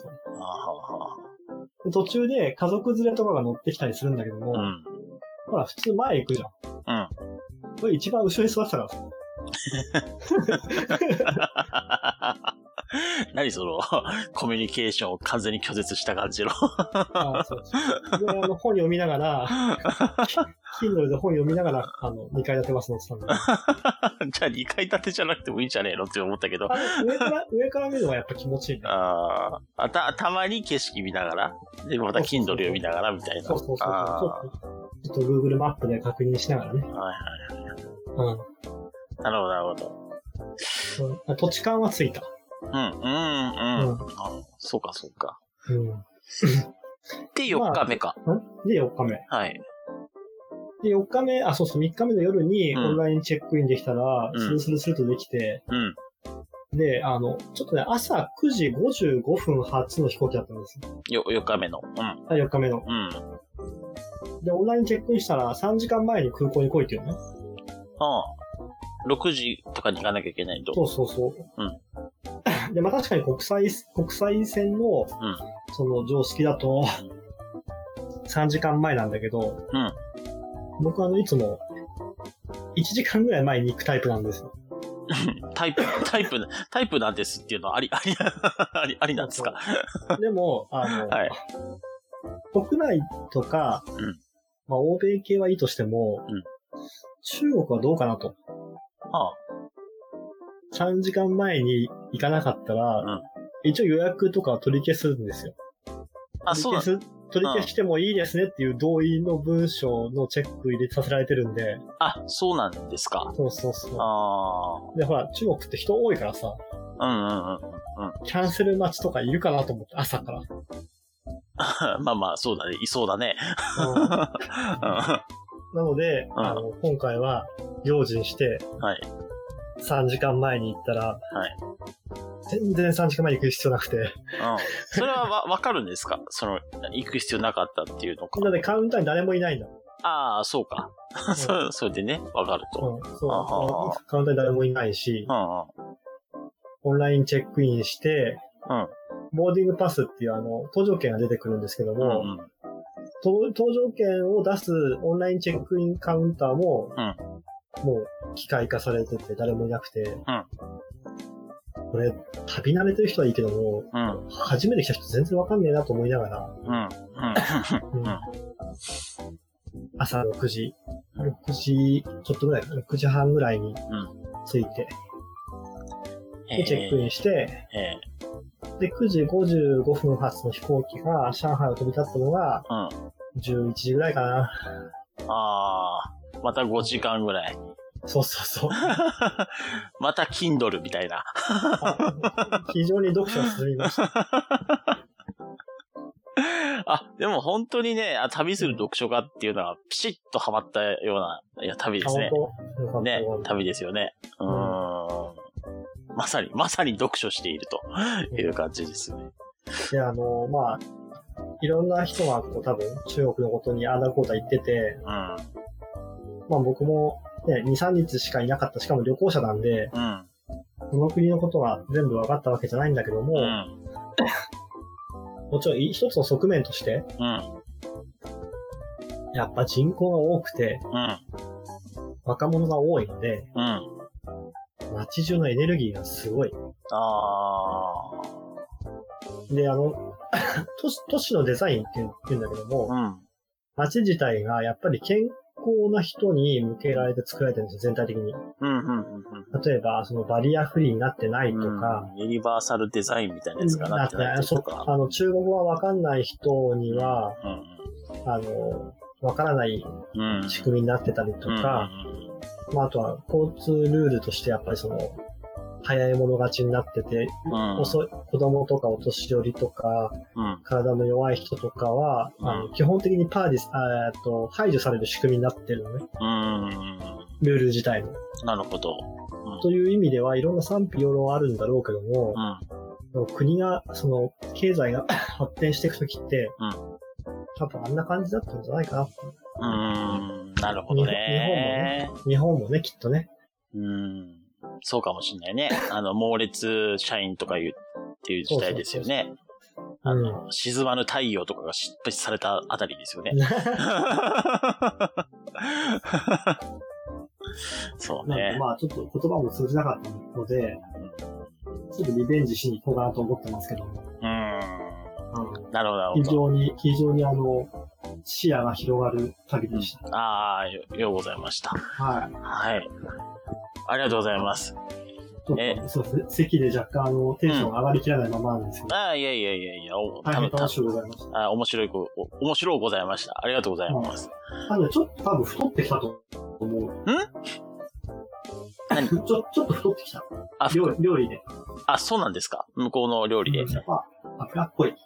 途中で家族連れとかが乗ってきたりするんだけども、ほら、普通前行くじゃん。これ一番後ろに座ってたからさ。 何その、コミュニケーションを完全に拒絶した感じの。 そう。で、本読みながら、Kindle で本読みながら、2階建てバス乗ってたんだ。 じゃあ2階建てじゃなくてもいいんじゃねえのって思ったけど。 上から見るのはやっぱ気持ちいいね。 たまに景色見ながら、で、また Kindle 読みながらみたいな。 そう。ちょっと Google マップで確認しながらね。 なるほど。 土地勘はついた。 そうか。で、4日目か。 で、4日目。 はい。 で、4日目、3日目の夜にオンラインチェックインできたら、スルとできて、で、ちょっとね、朝9時55分発の飛行機だったんですよ。 4日目の。 4日目の。で、オンラインチェックインしたら3時間前に空港に来いっていうね。 6時とかに行かなきゃいけないと。 そう。で、確かに国際線の、その常識だと、3時間前なんだけど、僕はいつも、1時間ぐらい前に行くタイプなんですよ。 タイプなんですっていうのはありなんですか。 でも、国内とか、欧米系はいいとしても、中国はどうかなと。3時間前に行かなかったら、一応予約とか取り消すんですよ。取り消してもいいですねっていう同意の文章のチェック入れさせられてるんで。 そうなんですか。 そう。で、ほら、中国って人多いからさ。キャンセル待ちとかいるかなと思って、朝から。 そうだね。いそうだね。 なので、今回は、用心して、3時間前に行ったら、全然3時間前に行く必要なくて。 それはわかるんですか？行く必要なかったっていうのか。 だってカウンターに誰もいないんだ。 そうか。それでね、わかると。 カウンターに誰もいないし、オンラインチェックインして、ボーディングパスっていう搭乗券が出てくるんですけども、搭乗券を出すオンラインチェックインカウンターも、もう機械化されてて誰もいなくて、これ、旅慣れてる人はいいけども、初めて来た人全然わかんねえなと思いながら、朝6時ちょっとぐらい、6時半ぐらいに着いて、でチェックインして、で、9時55分発の飛行機が上海を飛び立ったのが、11時ぐらいかな。 また5時間ぐらい。 そう。 また Kindle みたいな。 非常に読書を進みました。 でも本当にね、旅する読書家っていうのはピシッとハマったような、旅ですね。ね、旅ですよね。まさに読書しているという感じですね。 いや、まあ、いろんな人が多分中国のことにあんなことは言ってて、まあ僕もね、2、3日しかいなかった、しかも旅行者なんで、この国のことが全部分かったわけじゃないんだけども、もちろん一つの側面として、やっぱ人口が多くて、若者が多いので、街中のエネルギーがすごい。で、都市のデザインって言うんだけども、街自体がやっぱり健康な人に向けられて作られてるんですよ、全体的に。例えば、バリアフリーになってないとか、 ユニバーサルデザインみたいなやつがなってないとか。 中国語がわかんない人には、わからない仕組みになってたりとか、まあ、あとは交通ルールとしてやっぱり早い者勝ちになってて、子供とかお年寄りとか、体の弱い人とかは、基本的に排除される仕組みになってるのね。ルール自体の。 なるほど。 という意味ではいろんな賛否両論あるんだろうけども、国が、経済が発展していくときって、多分あんな感じだったんじゃないかな。 なるほどね。 日本もね、きっとね。 そうかもしんないね。猛烈社員とかっていう時代ですよね。沈まぬ太陽とかが執筆されたあたりですよね。そうね。 まあちょっと言葉も通じなかったので、ちょっとリベンジしに行こうかなと思ってますけども。 なるほど、なるほど。 非常に視野が広がる旅でした。 ようございました。 はい。 はい。ありがとうございます。 そうですね。席で若干テンション上がりきらないままなんですけど。 いや。 大変楽しゅうございました。 面白いございました。ありがとうございます。 ちょっと多分太ってきたと思う。 何ちょっと太ってきた。料理で。 そうなんですか。向こうの料理で。 やっぱ、脂っこい。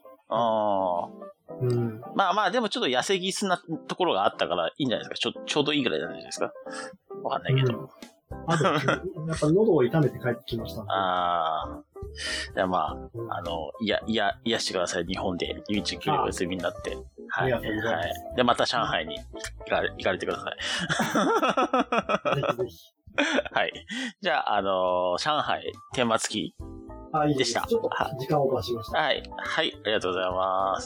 まあでもちょっと痩せぎすなところがあったからいいんじゃないですか。ちょうどいいぐらいなんじゃないですか。わかんないけど。 やっぱ喉を痛めて帰ってきました。 じゃあまあ、癒してください。日本で唯一休お休みになって。 ありがとうございます。 で、また上海に行かれてください。 ぜひぜひ。 はい。じゃあ、上海天末期でした。 ちょっと時間をオーバーしました。 はい。はい。ありがとうございます。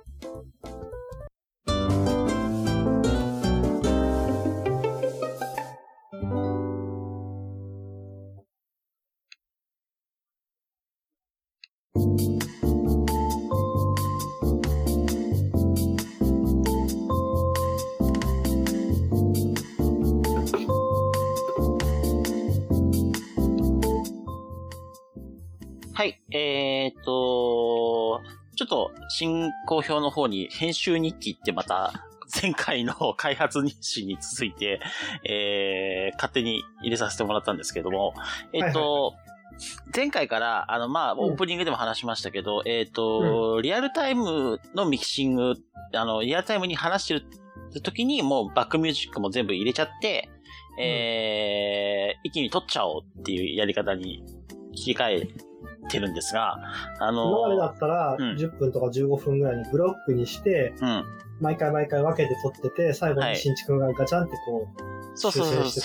はい。ちょっと進行表の方に編集日記ってまた前回の開発日誌に続いて、勝手に入れさせてもらったんですけども、前回から、オープニングでも話しましたけど、リアルタイムのミキシング、リアルタイムに話してる時にもうバックミュージックも全部入れちゃって、一気に撮っちゃおうっていうやり方に切り替えてるんですが、 今までだったら、10分とか15分ぐらいにブロックにして、毎回分けて撮ってて、最後に新築がガチャンってこう、 そう。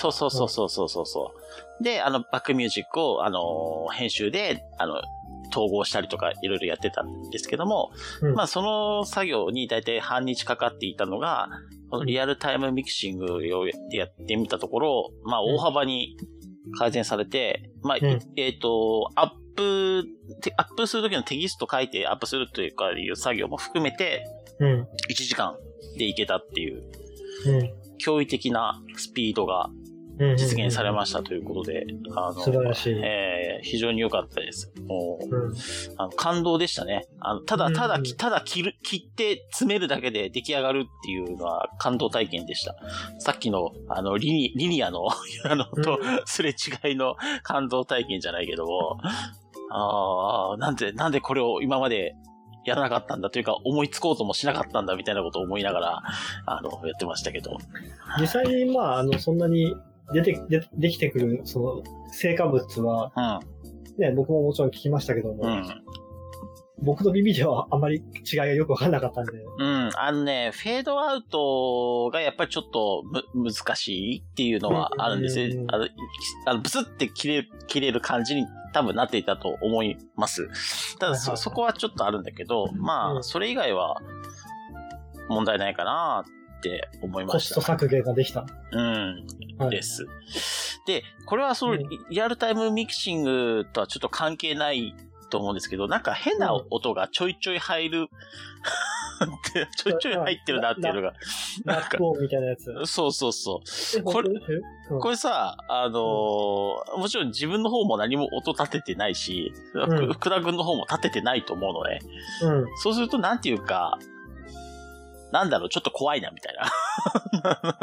で、バックミュージックを、編集で、統合したりとかいろいろやってたんですけども、まあその作業に大体半日かかっていたのが、このリアルタイムミキシングをやってみたところ、まあ大幅に改善されて、まあ、アップするときのテキスト書いてアップするというかいう作業も含めて、1時間でいけたっていう、驚異的なスピードが実現されましたということで、 素晴らしい。 非常に良かったです。感動でしたね。ただ切って詰めるだけで出来上がるっていうのは感動体験でした。さっきの、リニアの、とすれ違いの感動体験じゃないけども、なんでこれを今までやらなかったんだというか、思いつこうともしなかったんだみたいなことを思いながら、やってましたけど。 実際に、まあ、そんなにできてくる、その、成果物は、ね、僕ももちろん聞きましたけども、僕の耳ではあまり違いがよくわからなかったんで。 フェードアウトがやっぱりちょっと難しいっていうのはあるんですよ。ブスって切れる感じに多分なっていたと思います。ただそこはちょっとあるんだけど、まあ、それ以外は問題ないかなって思いました。 コスト削減ができた。 です。で、これはそのリアルタイムミキシングとはちょっと関係ないと思うんですけど、なんか変な音がちょいちょい入る、ちょいちょい入ってるなっていうのが。 なんか。みたいなやつ。 そうそうそう。これさ、もちろん自分の方も何も音立ててないし、福田君の方も立ててないと思うのね。そうするとなんていうか、なんだろう、ちょっと怖いなみたいな。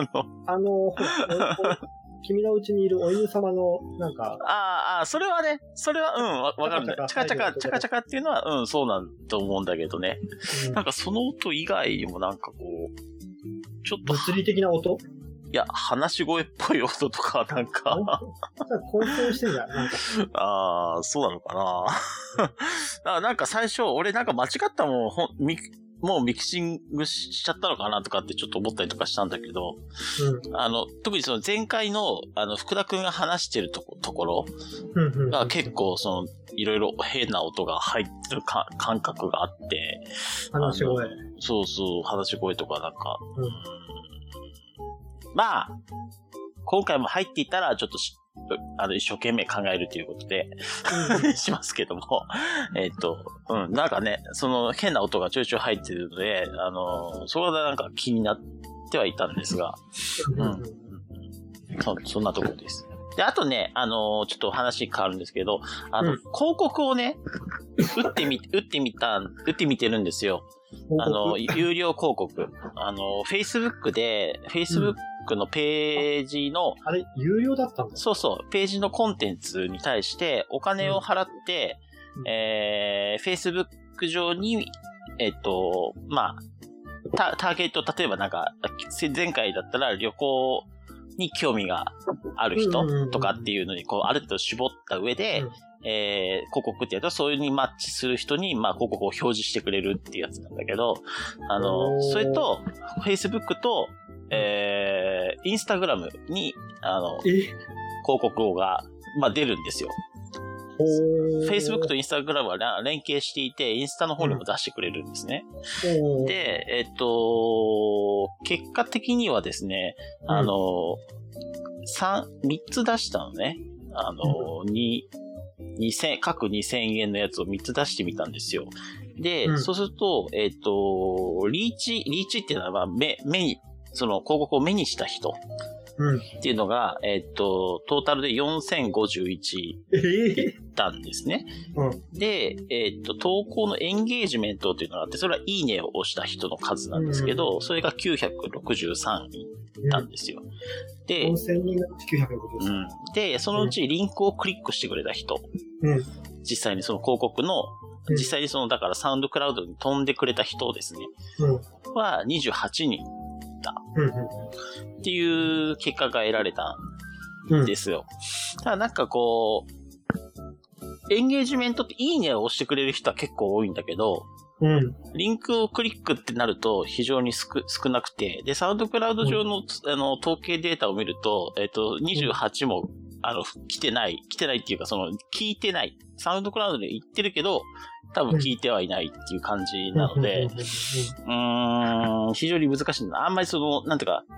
君のうちにいるお犬様の、なんか。 それはね、わかるんだよ。チャカチャカっていうのは、そうなんと思うんだけどね。なんかその音以外にもなんかこう、ちょっと。 物理的な音？ いや、話し声っぽい音とか、なんか。 混沌してんじゃん、なんか。 そうなのかな。なんか最初、俺なんか間違ったもうミキシングしちゃったのかなとかってちょっと思ったりとかしたんだけど、特にその前回の、福田くんが話してるところが結構いろいろ変な音が入ってる感覚があって、 話し声。 そうそう、話し声とかなんか、まあ、今回も入っていたらちょっと一生懸命考えるということで、しますけども、なんかね、その変な音がちょいちょい入ってるので、それはなんか気になってはいたんですが、そんなところです。で、あとね、ちょっと話変わるんですけど、広告をね、打ってみてるんですよ。有料広告。Facebook のページの、 あれ、有料だったんだ。 そうそう、ページのコンテンツに対してお金を払って、Facebook 上に、まあ、ターゲット、例えばなんか、前回だったら旅行に興味がある人とかっていうのに、こう、ある程度絞った上で、広告ってやると、そういうにマッチする人に、まあ、広告を表示してくれるっていうやつなんだけど、それと、Facebook と、インスタグラムに、広告が、まあ、出るんですよ。Facebook とインスタグラムは連携していて、インスタの方にも出してくれるんですね。で、結果的にはですね、3つ出したのね。各2000円のやつを3つ出してみたんですよ。で、そうすると、リーチっていうのは、目に、その広告を目にした人っていうのが、トータルで4051いったんですね。で、投稿のエンゲージメントっていうのがあって、それはいいねを押した人の数なんですけど、それが963いったんですよ。で、 4000人が963。 で、そのうちリンクをクリックしてくれた人、実際にその広告の、実際にだからサウンドクラウドに飛んでくれた人ですね、は28人。っていう結果が得られたんですよ。ただなんかこう、エンゲージメントっていいねを押してくれる人は結構多いんだけど、リンクをクリックってなると非常に少なくて、で、サウンドクラウド上の、統計データを見ると、28も、来てないっていうか、聞いてない。サウンドクラウドで言ってるけど、多分聞いてはいないっていう感じなので、非常に難しいな。あんまりなんていうか、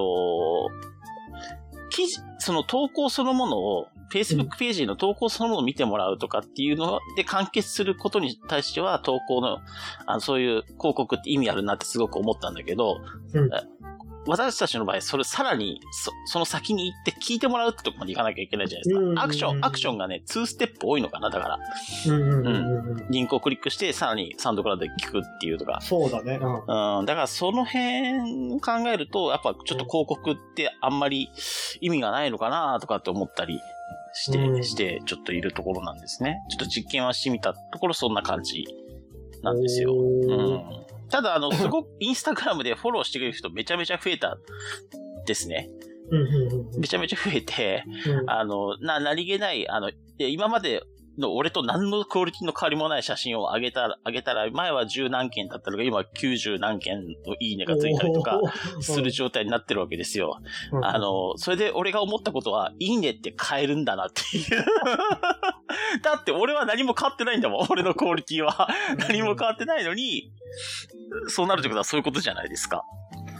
投稿そのものを、Facebook ページの投稿そのものを見てもらうとかっていうので完結することに対しては、投稿の、そういう広告って意味あるなってすごく思ったんだけど、私たちの場合、それさらに、その先に行って聞いてもらうってとこまで行かなきゃいけないじゃないですか。アクションがね、2ステップ多いのかな、だから。リンクをクリックして、さらにサウンドクラウドで聞くっていうとか。 そうだね。 だからその辺を考えると、やっぱちょっと広告ってあんまり意味がないのかなとかって思ったりして、ちょっといるところなんですね。ちょっと実験はしてみたところそんな感じなんですよ。うん、ただ、すごくインスタグラムでフォローしてくれる人めちゃめちゃ増えたですね。めちゃめちゃ増えて、何気ない、今までの俺と何のクオリティの変わりもない写真を上げたら、前は10何件だったのが、今は90何件のいいねがついたりとか、する状態になってるわけですよ。それで俺が思ったことは、いいねって変えるんだなっていう。だって俺は何も変わってないんだもん。俺のクオリティは。何も変わってないのに、そうなるってことはそういうことじゃないですか。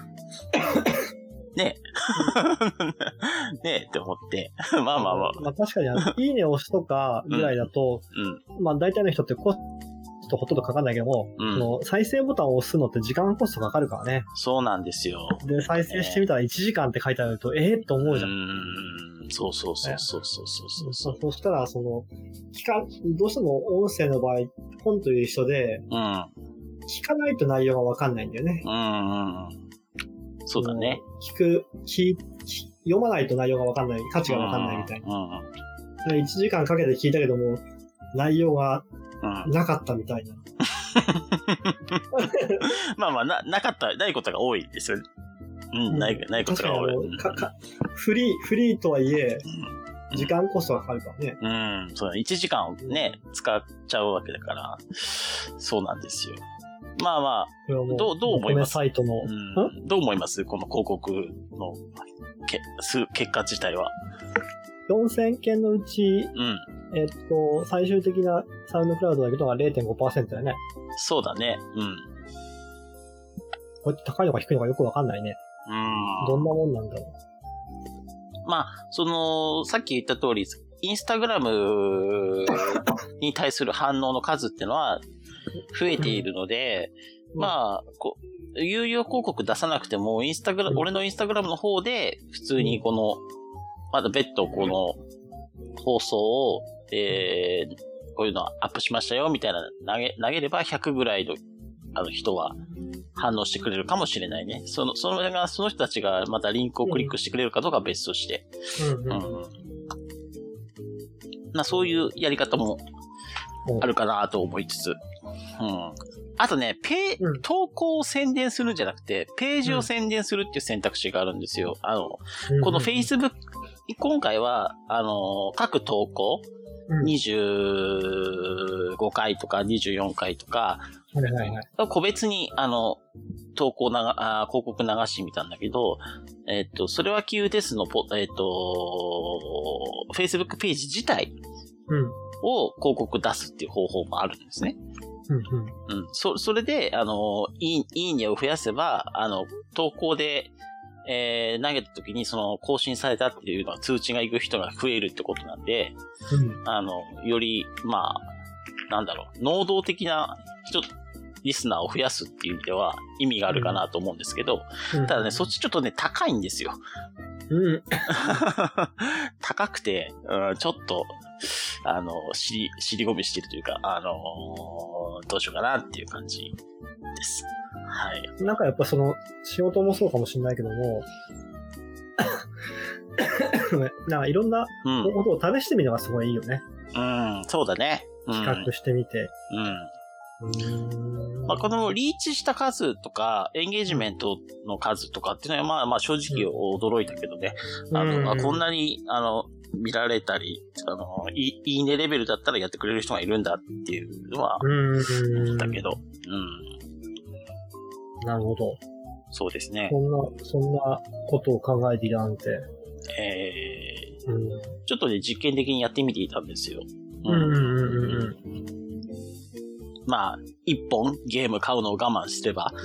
ねえって思って。まあ確かに、いいねを押すとかぐらいだと、まあ大体の人ってコストほとんどかかんないけども、その再生ボタンを押すのって時間コストかかるからね。 そうなんですよ。 で、再生してみたら1時間って書いてあると、と思うじゃん。 そう。そしたら、どうしても音声の場合、本という人で、聞かないと内容がわかんないんだよね。 そうだね。 読まないと内容がわかんない、価値がわかんないみたいな。1時間かけて聞いたけども、内容がなかったみたいな。 ないことが多いですよね。ないことが多い。 フリーとはいえ、時間コストがかかるからね。そうだ、1時間をね、使っちゃうわけだから、そうなんですよ。どう思います？ サイトの、 どう思います？この広告の結果自体は。 4000件のうち、最終的なサウンドクラウドだけどが 0.5% だよね。そうだね。これ高いのか低いのかよくわかんないね。どんなもんなんだろう。さっき言った通り、インスタグラムに対する反応の数ってのは増えているので、有料広告出さなくても、俺のインスタグラムの方で、普通にまだ別途この放送を、こういうのアップしましたよ、みたいな投げれば100ぐらいの人は反応してくれるかもしれないね。その人たちがまたリンクをクリックしてくれるかどうかは別として。そういうやり方もあるかなと思いつつ。あとね、投稿を宣伝するんじゃなくて、ページを宣伝するっていう選択肢があるんですよ。この Facebook、今回は、各投稿、25回とか24回とか、個別に、投稿広告流してみたんだけど、それは QDES のFacebook ページ自体を広告出すっていう方法もあるんですね。それで、いいねを増やせば、投稿で、投げた時に更新されたっていうのは通知が行く人が増えるってことなんで、より、能動的なリスナーを増やすっていう意味では意味があるかなと思うんですけど、ただね、そっちちょっとね、高いんですよ。高くて、ちょっと、尻込みしてるというか、どうしようかなっていう感じです。はい。 なんかやっぱ仕事もそうかもしれないけども、なんかいろんなことを試してみるのがすごいいいよね。 そうだね。 比較してみて。 このリーチした数とか、エンゲージメントの数とかっていうのは、正直驚いたけどね。こんなに、見られたり、いいねレベルだったらやってくれる人がいるんだっていうのは、だけど。 なるほど。 そうですね。 そんなことを考えていたなんて。 ちょっとね、実験的にやってみていたんですよ。一本ゲーム買うのを我慢すれば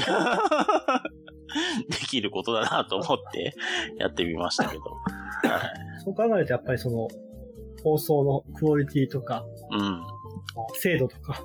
できることだなと思ってやってみましたけど。 そう考えるとやっぱり放送のクオリティとか、精度とか、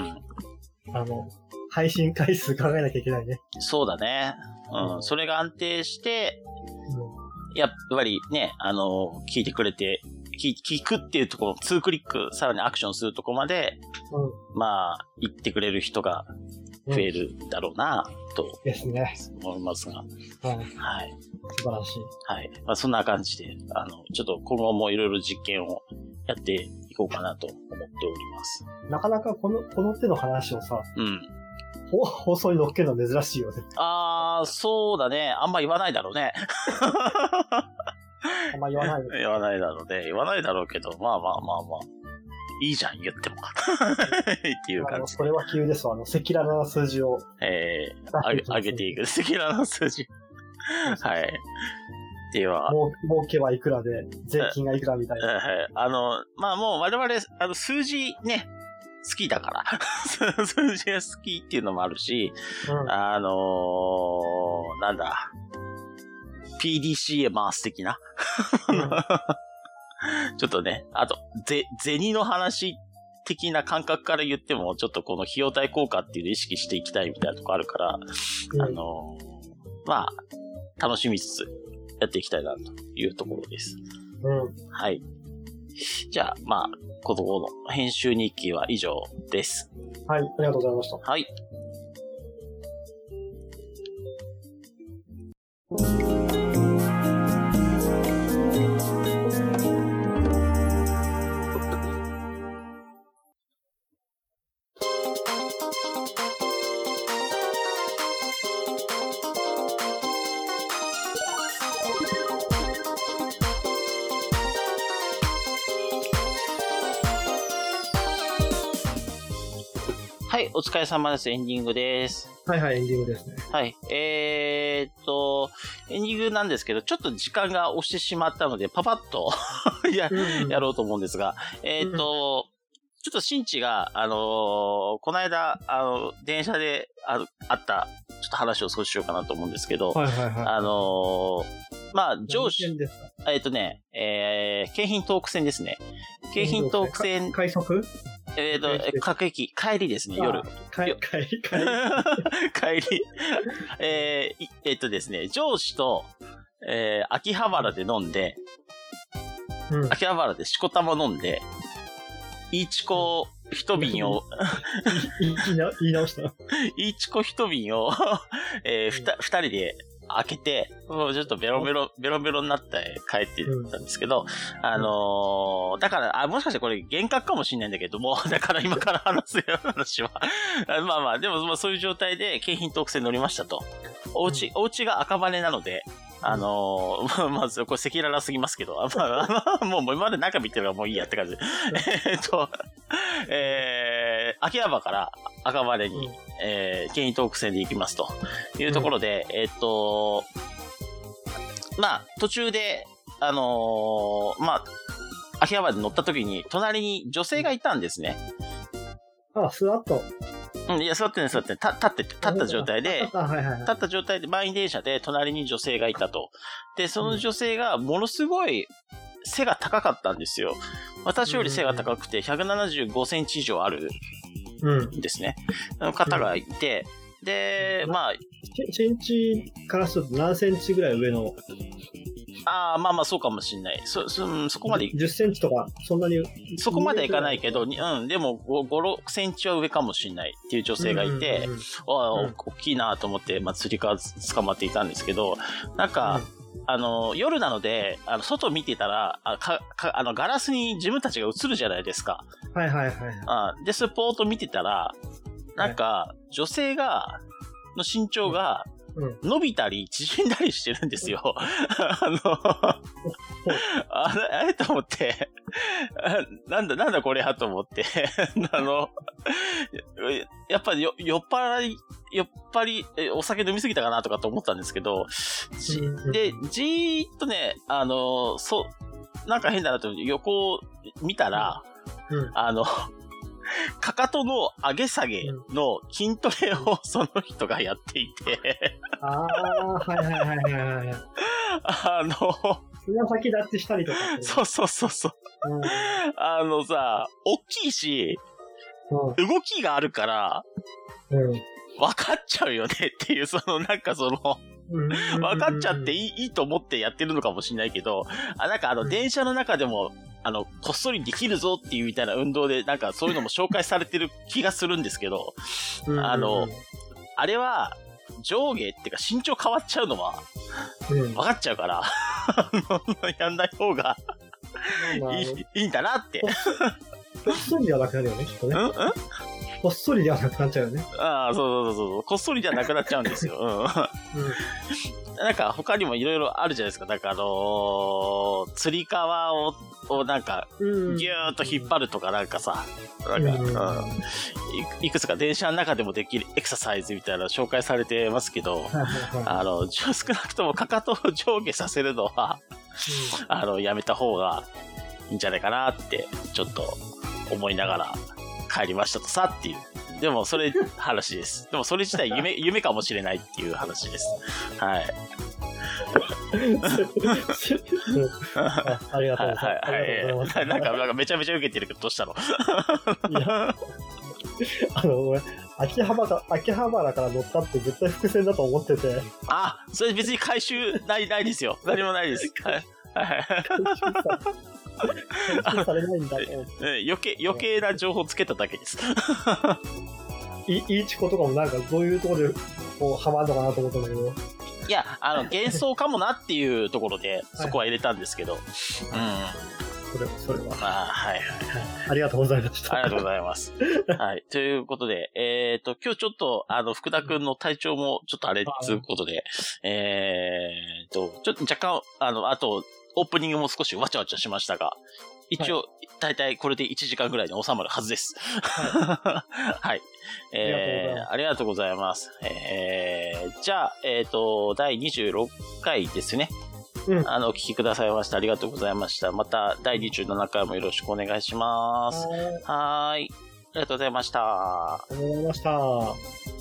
配信回数考えなきゃいけないね。そうだね。それが安定して、やっぱりね、聞いてくれて、聞くっていうところ、2クリック、さらにアクションするところまで、言ってくれる人が増えるだろうな、と。ですね。思いますが。はい。素晴らしい。はい。そんな感じで、ちょっと今後もいろいろ実験をやっていこうかなと思っております。 なかなかこの手の話をさ、 うん。 放送に乗っけるの珍しいよね。 そうだね。あんま言わないだろうね。 あんま言わない。 言わないだろうね。言わないだろうけど、まあ。いいじゃん、言っても。っていう感じ。 それは急ですわ。赤裸々な数字を。 上げていく。赤裸々な数字。はい。では。 儲けはいくらで、税金がいくらみたいな。 はい。まあもう我々、数字ね、好きだから。数字が好きっていうのもあるし、なんだ。PDCA 回す的な。ちょっとね、あと、銭の話的な感覚から言っても、ちょっとこの費用対効果っていうのを意識していきたいみたいなとこあるから、まあ、楽しみつつやっていきたいなというところです。はい。じゃあ、まあ、この編集日記は以上です。 はい、ありがとうございました。 はい。はい、お疲れ様です。エンディングです。 はい、エンディングですね。 はい。エンディングなんですけど、ちょっと時間が押してしまったので、パパッとやろうと思うんですが、ちょっと新地が、この間、電車であった、ちょっと話を少ししようかなと思うんですけど、まあ、上司、京浜東北線ですね。京浜東北線。 快速各駅、帰りですね、夜。帰り。ですね、上司と、秋葉原で飲んで、秋葉原でしこたま飲んで、いちこ一瓶を言い直した。 いちこ一瓶を二人で開けて、もうちょっとベロベロになって帰ってたんですけど、だから、もしかしてこれ幻覚かもしれないんだけども、だから今から話すような話は。まあ、でもそういう状態で京浜東北線乗りましたと。お家が赤羽なので、まず、これ赤裸々すぎますけど、もう今まで中見てるからもういいやって感じ。秋葉原から赤羽に、京浜東北線で行きますというところで、まあ、途中で、まあ、秋葉原で乗った時に、隣に女性がいたんですね。 スワッと。 いや、座って立った状態で、立った状態で、満員電車で隣に女性がいたと。で、その女性がものすごい背が高かったんですよ。私より背が高くて175センチ以上あるんですね。方がいて、で、まあ。 身長からすると何センチぐらい上の？ まあそうかもしんない。そこまで。 10センチとか、そんなに。 そこまでいかないけど、でも5、6センチは上かもしんないっていう女性がいて、大きいなと思って、まあ釣り革捕まっていたんですけど、なんか、夜なので、外見てたら、ガラスに自分たちが映るじゃないですか。で、それポート見てたら、なんか、女性の身長が、伸びたり縮んだりしてるんですよ。あれと思って、なんだこれやと思って、やっぱり酔っ払い、お酒飲みすぎたかなとかと思ったんですけど、で、じーっとね、なんか変だなと横を見たら、かかとの上げ下げの筋トレをその人がやっていてつま先立ちしたりとか。 そう。大きいし、動きがあるから、分かっちゃうよねっていう、分かっちゃっていいと思ってやってるのかもしれないけど、電車の中でも、こっそりできるぞっていうみたいな運動で、そういうのも紹介されてる気がするんですけど、あれは、上下っていうか身長変わっちゃうのは、分かっちゃうから、やんない方がいいんだなって。 こっそりではなくなるよね、きっとね。こっそりではなくなっちゃうよね。 ああ、そう。こっそりではなくなっちゃうんですよ。なんか他にもいろいろあるじゃないですか。なんか釣り革をなんか、ぎゅーっと引っ張るとかなんかさ、なんか、いくつか電車の中でもできるエクササイズみたいなの紹介されてますけど、少なくともかかとを上下させるのは、やめた方がいいんじゃないかなって、ちょっと思いながら帰りましたとさっていう。でもそれ話です。でもそれ自体夢かもしれないっていう話です。はい。 ありがとうございます。 なんかめちゃめちゃ受けてるけどどうしたの？ いや、俺、秋葉原から乗ったって絶対伏線だと思ってて。 あ、それ別に回収ないですよ。何もないです。はい。 回収されないんだと思って。 余計な情報つけただけです。 イーチコとかもなんかどういうところでこうハマるのかなと思ったんだけど。 いや、幻想かもなっていうところで、そこは入れたんですけど。 それは。 はい。 ありがとうございました。 ありがとうございます。はい。ということで、今日ちょっと、福田くんの体調もちょっとあれということで、ちょっと若干、あと、オープニングも少しわちゃわちゃしましたが、一応、大体これで1時間ぐらいで収まるはずです。はい。ありがとうございます。じゃあ、第26回ですね。お聞きくださいました。ありがとうございました。また、第27回もよろしくお願いします。はい。ありがとうございました。 ありがとうございました。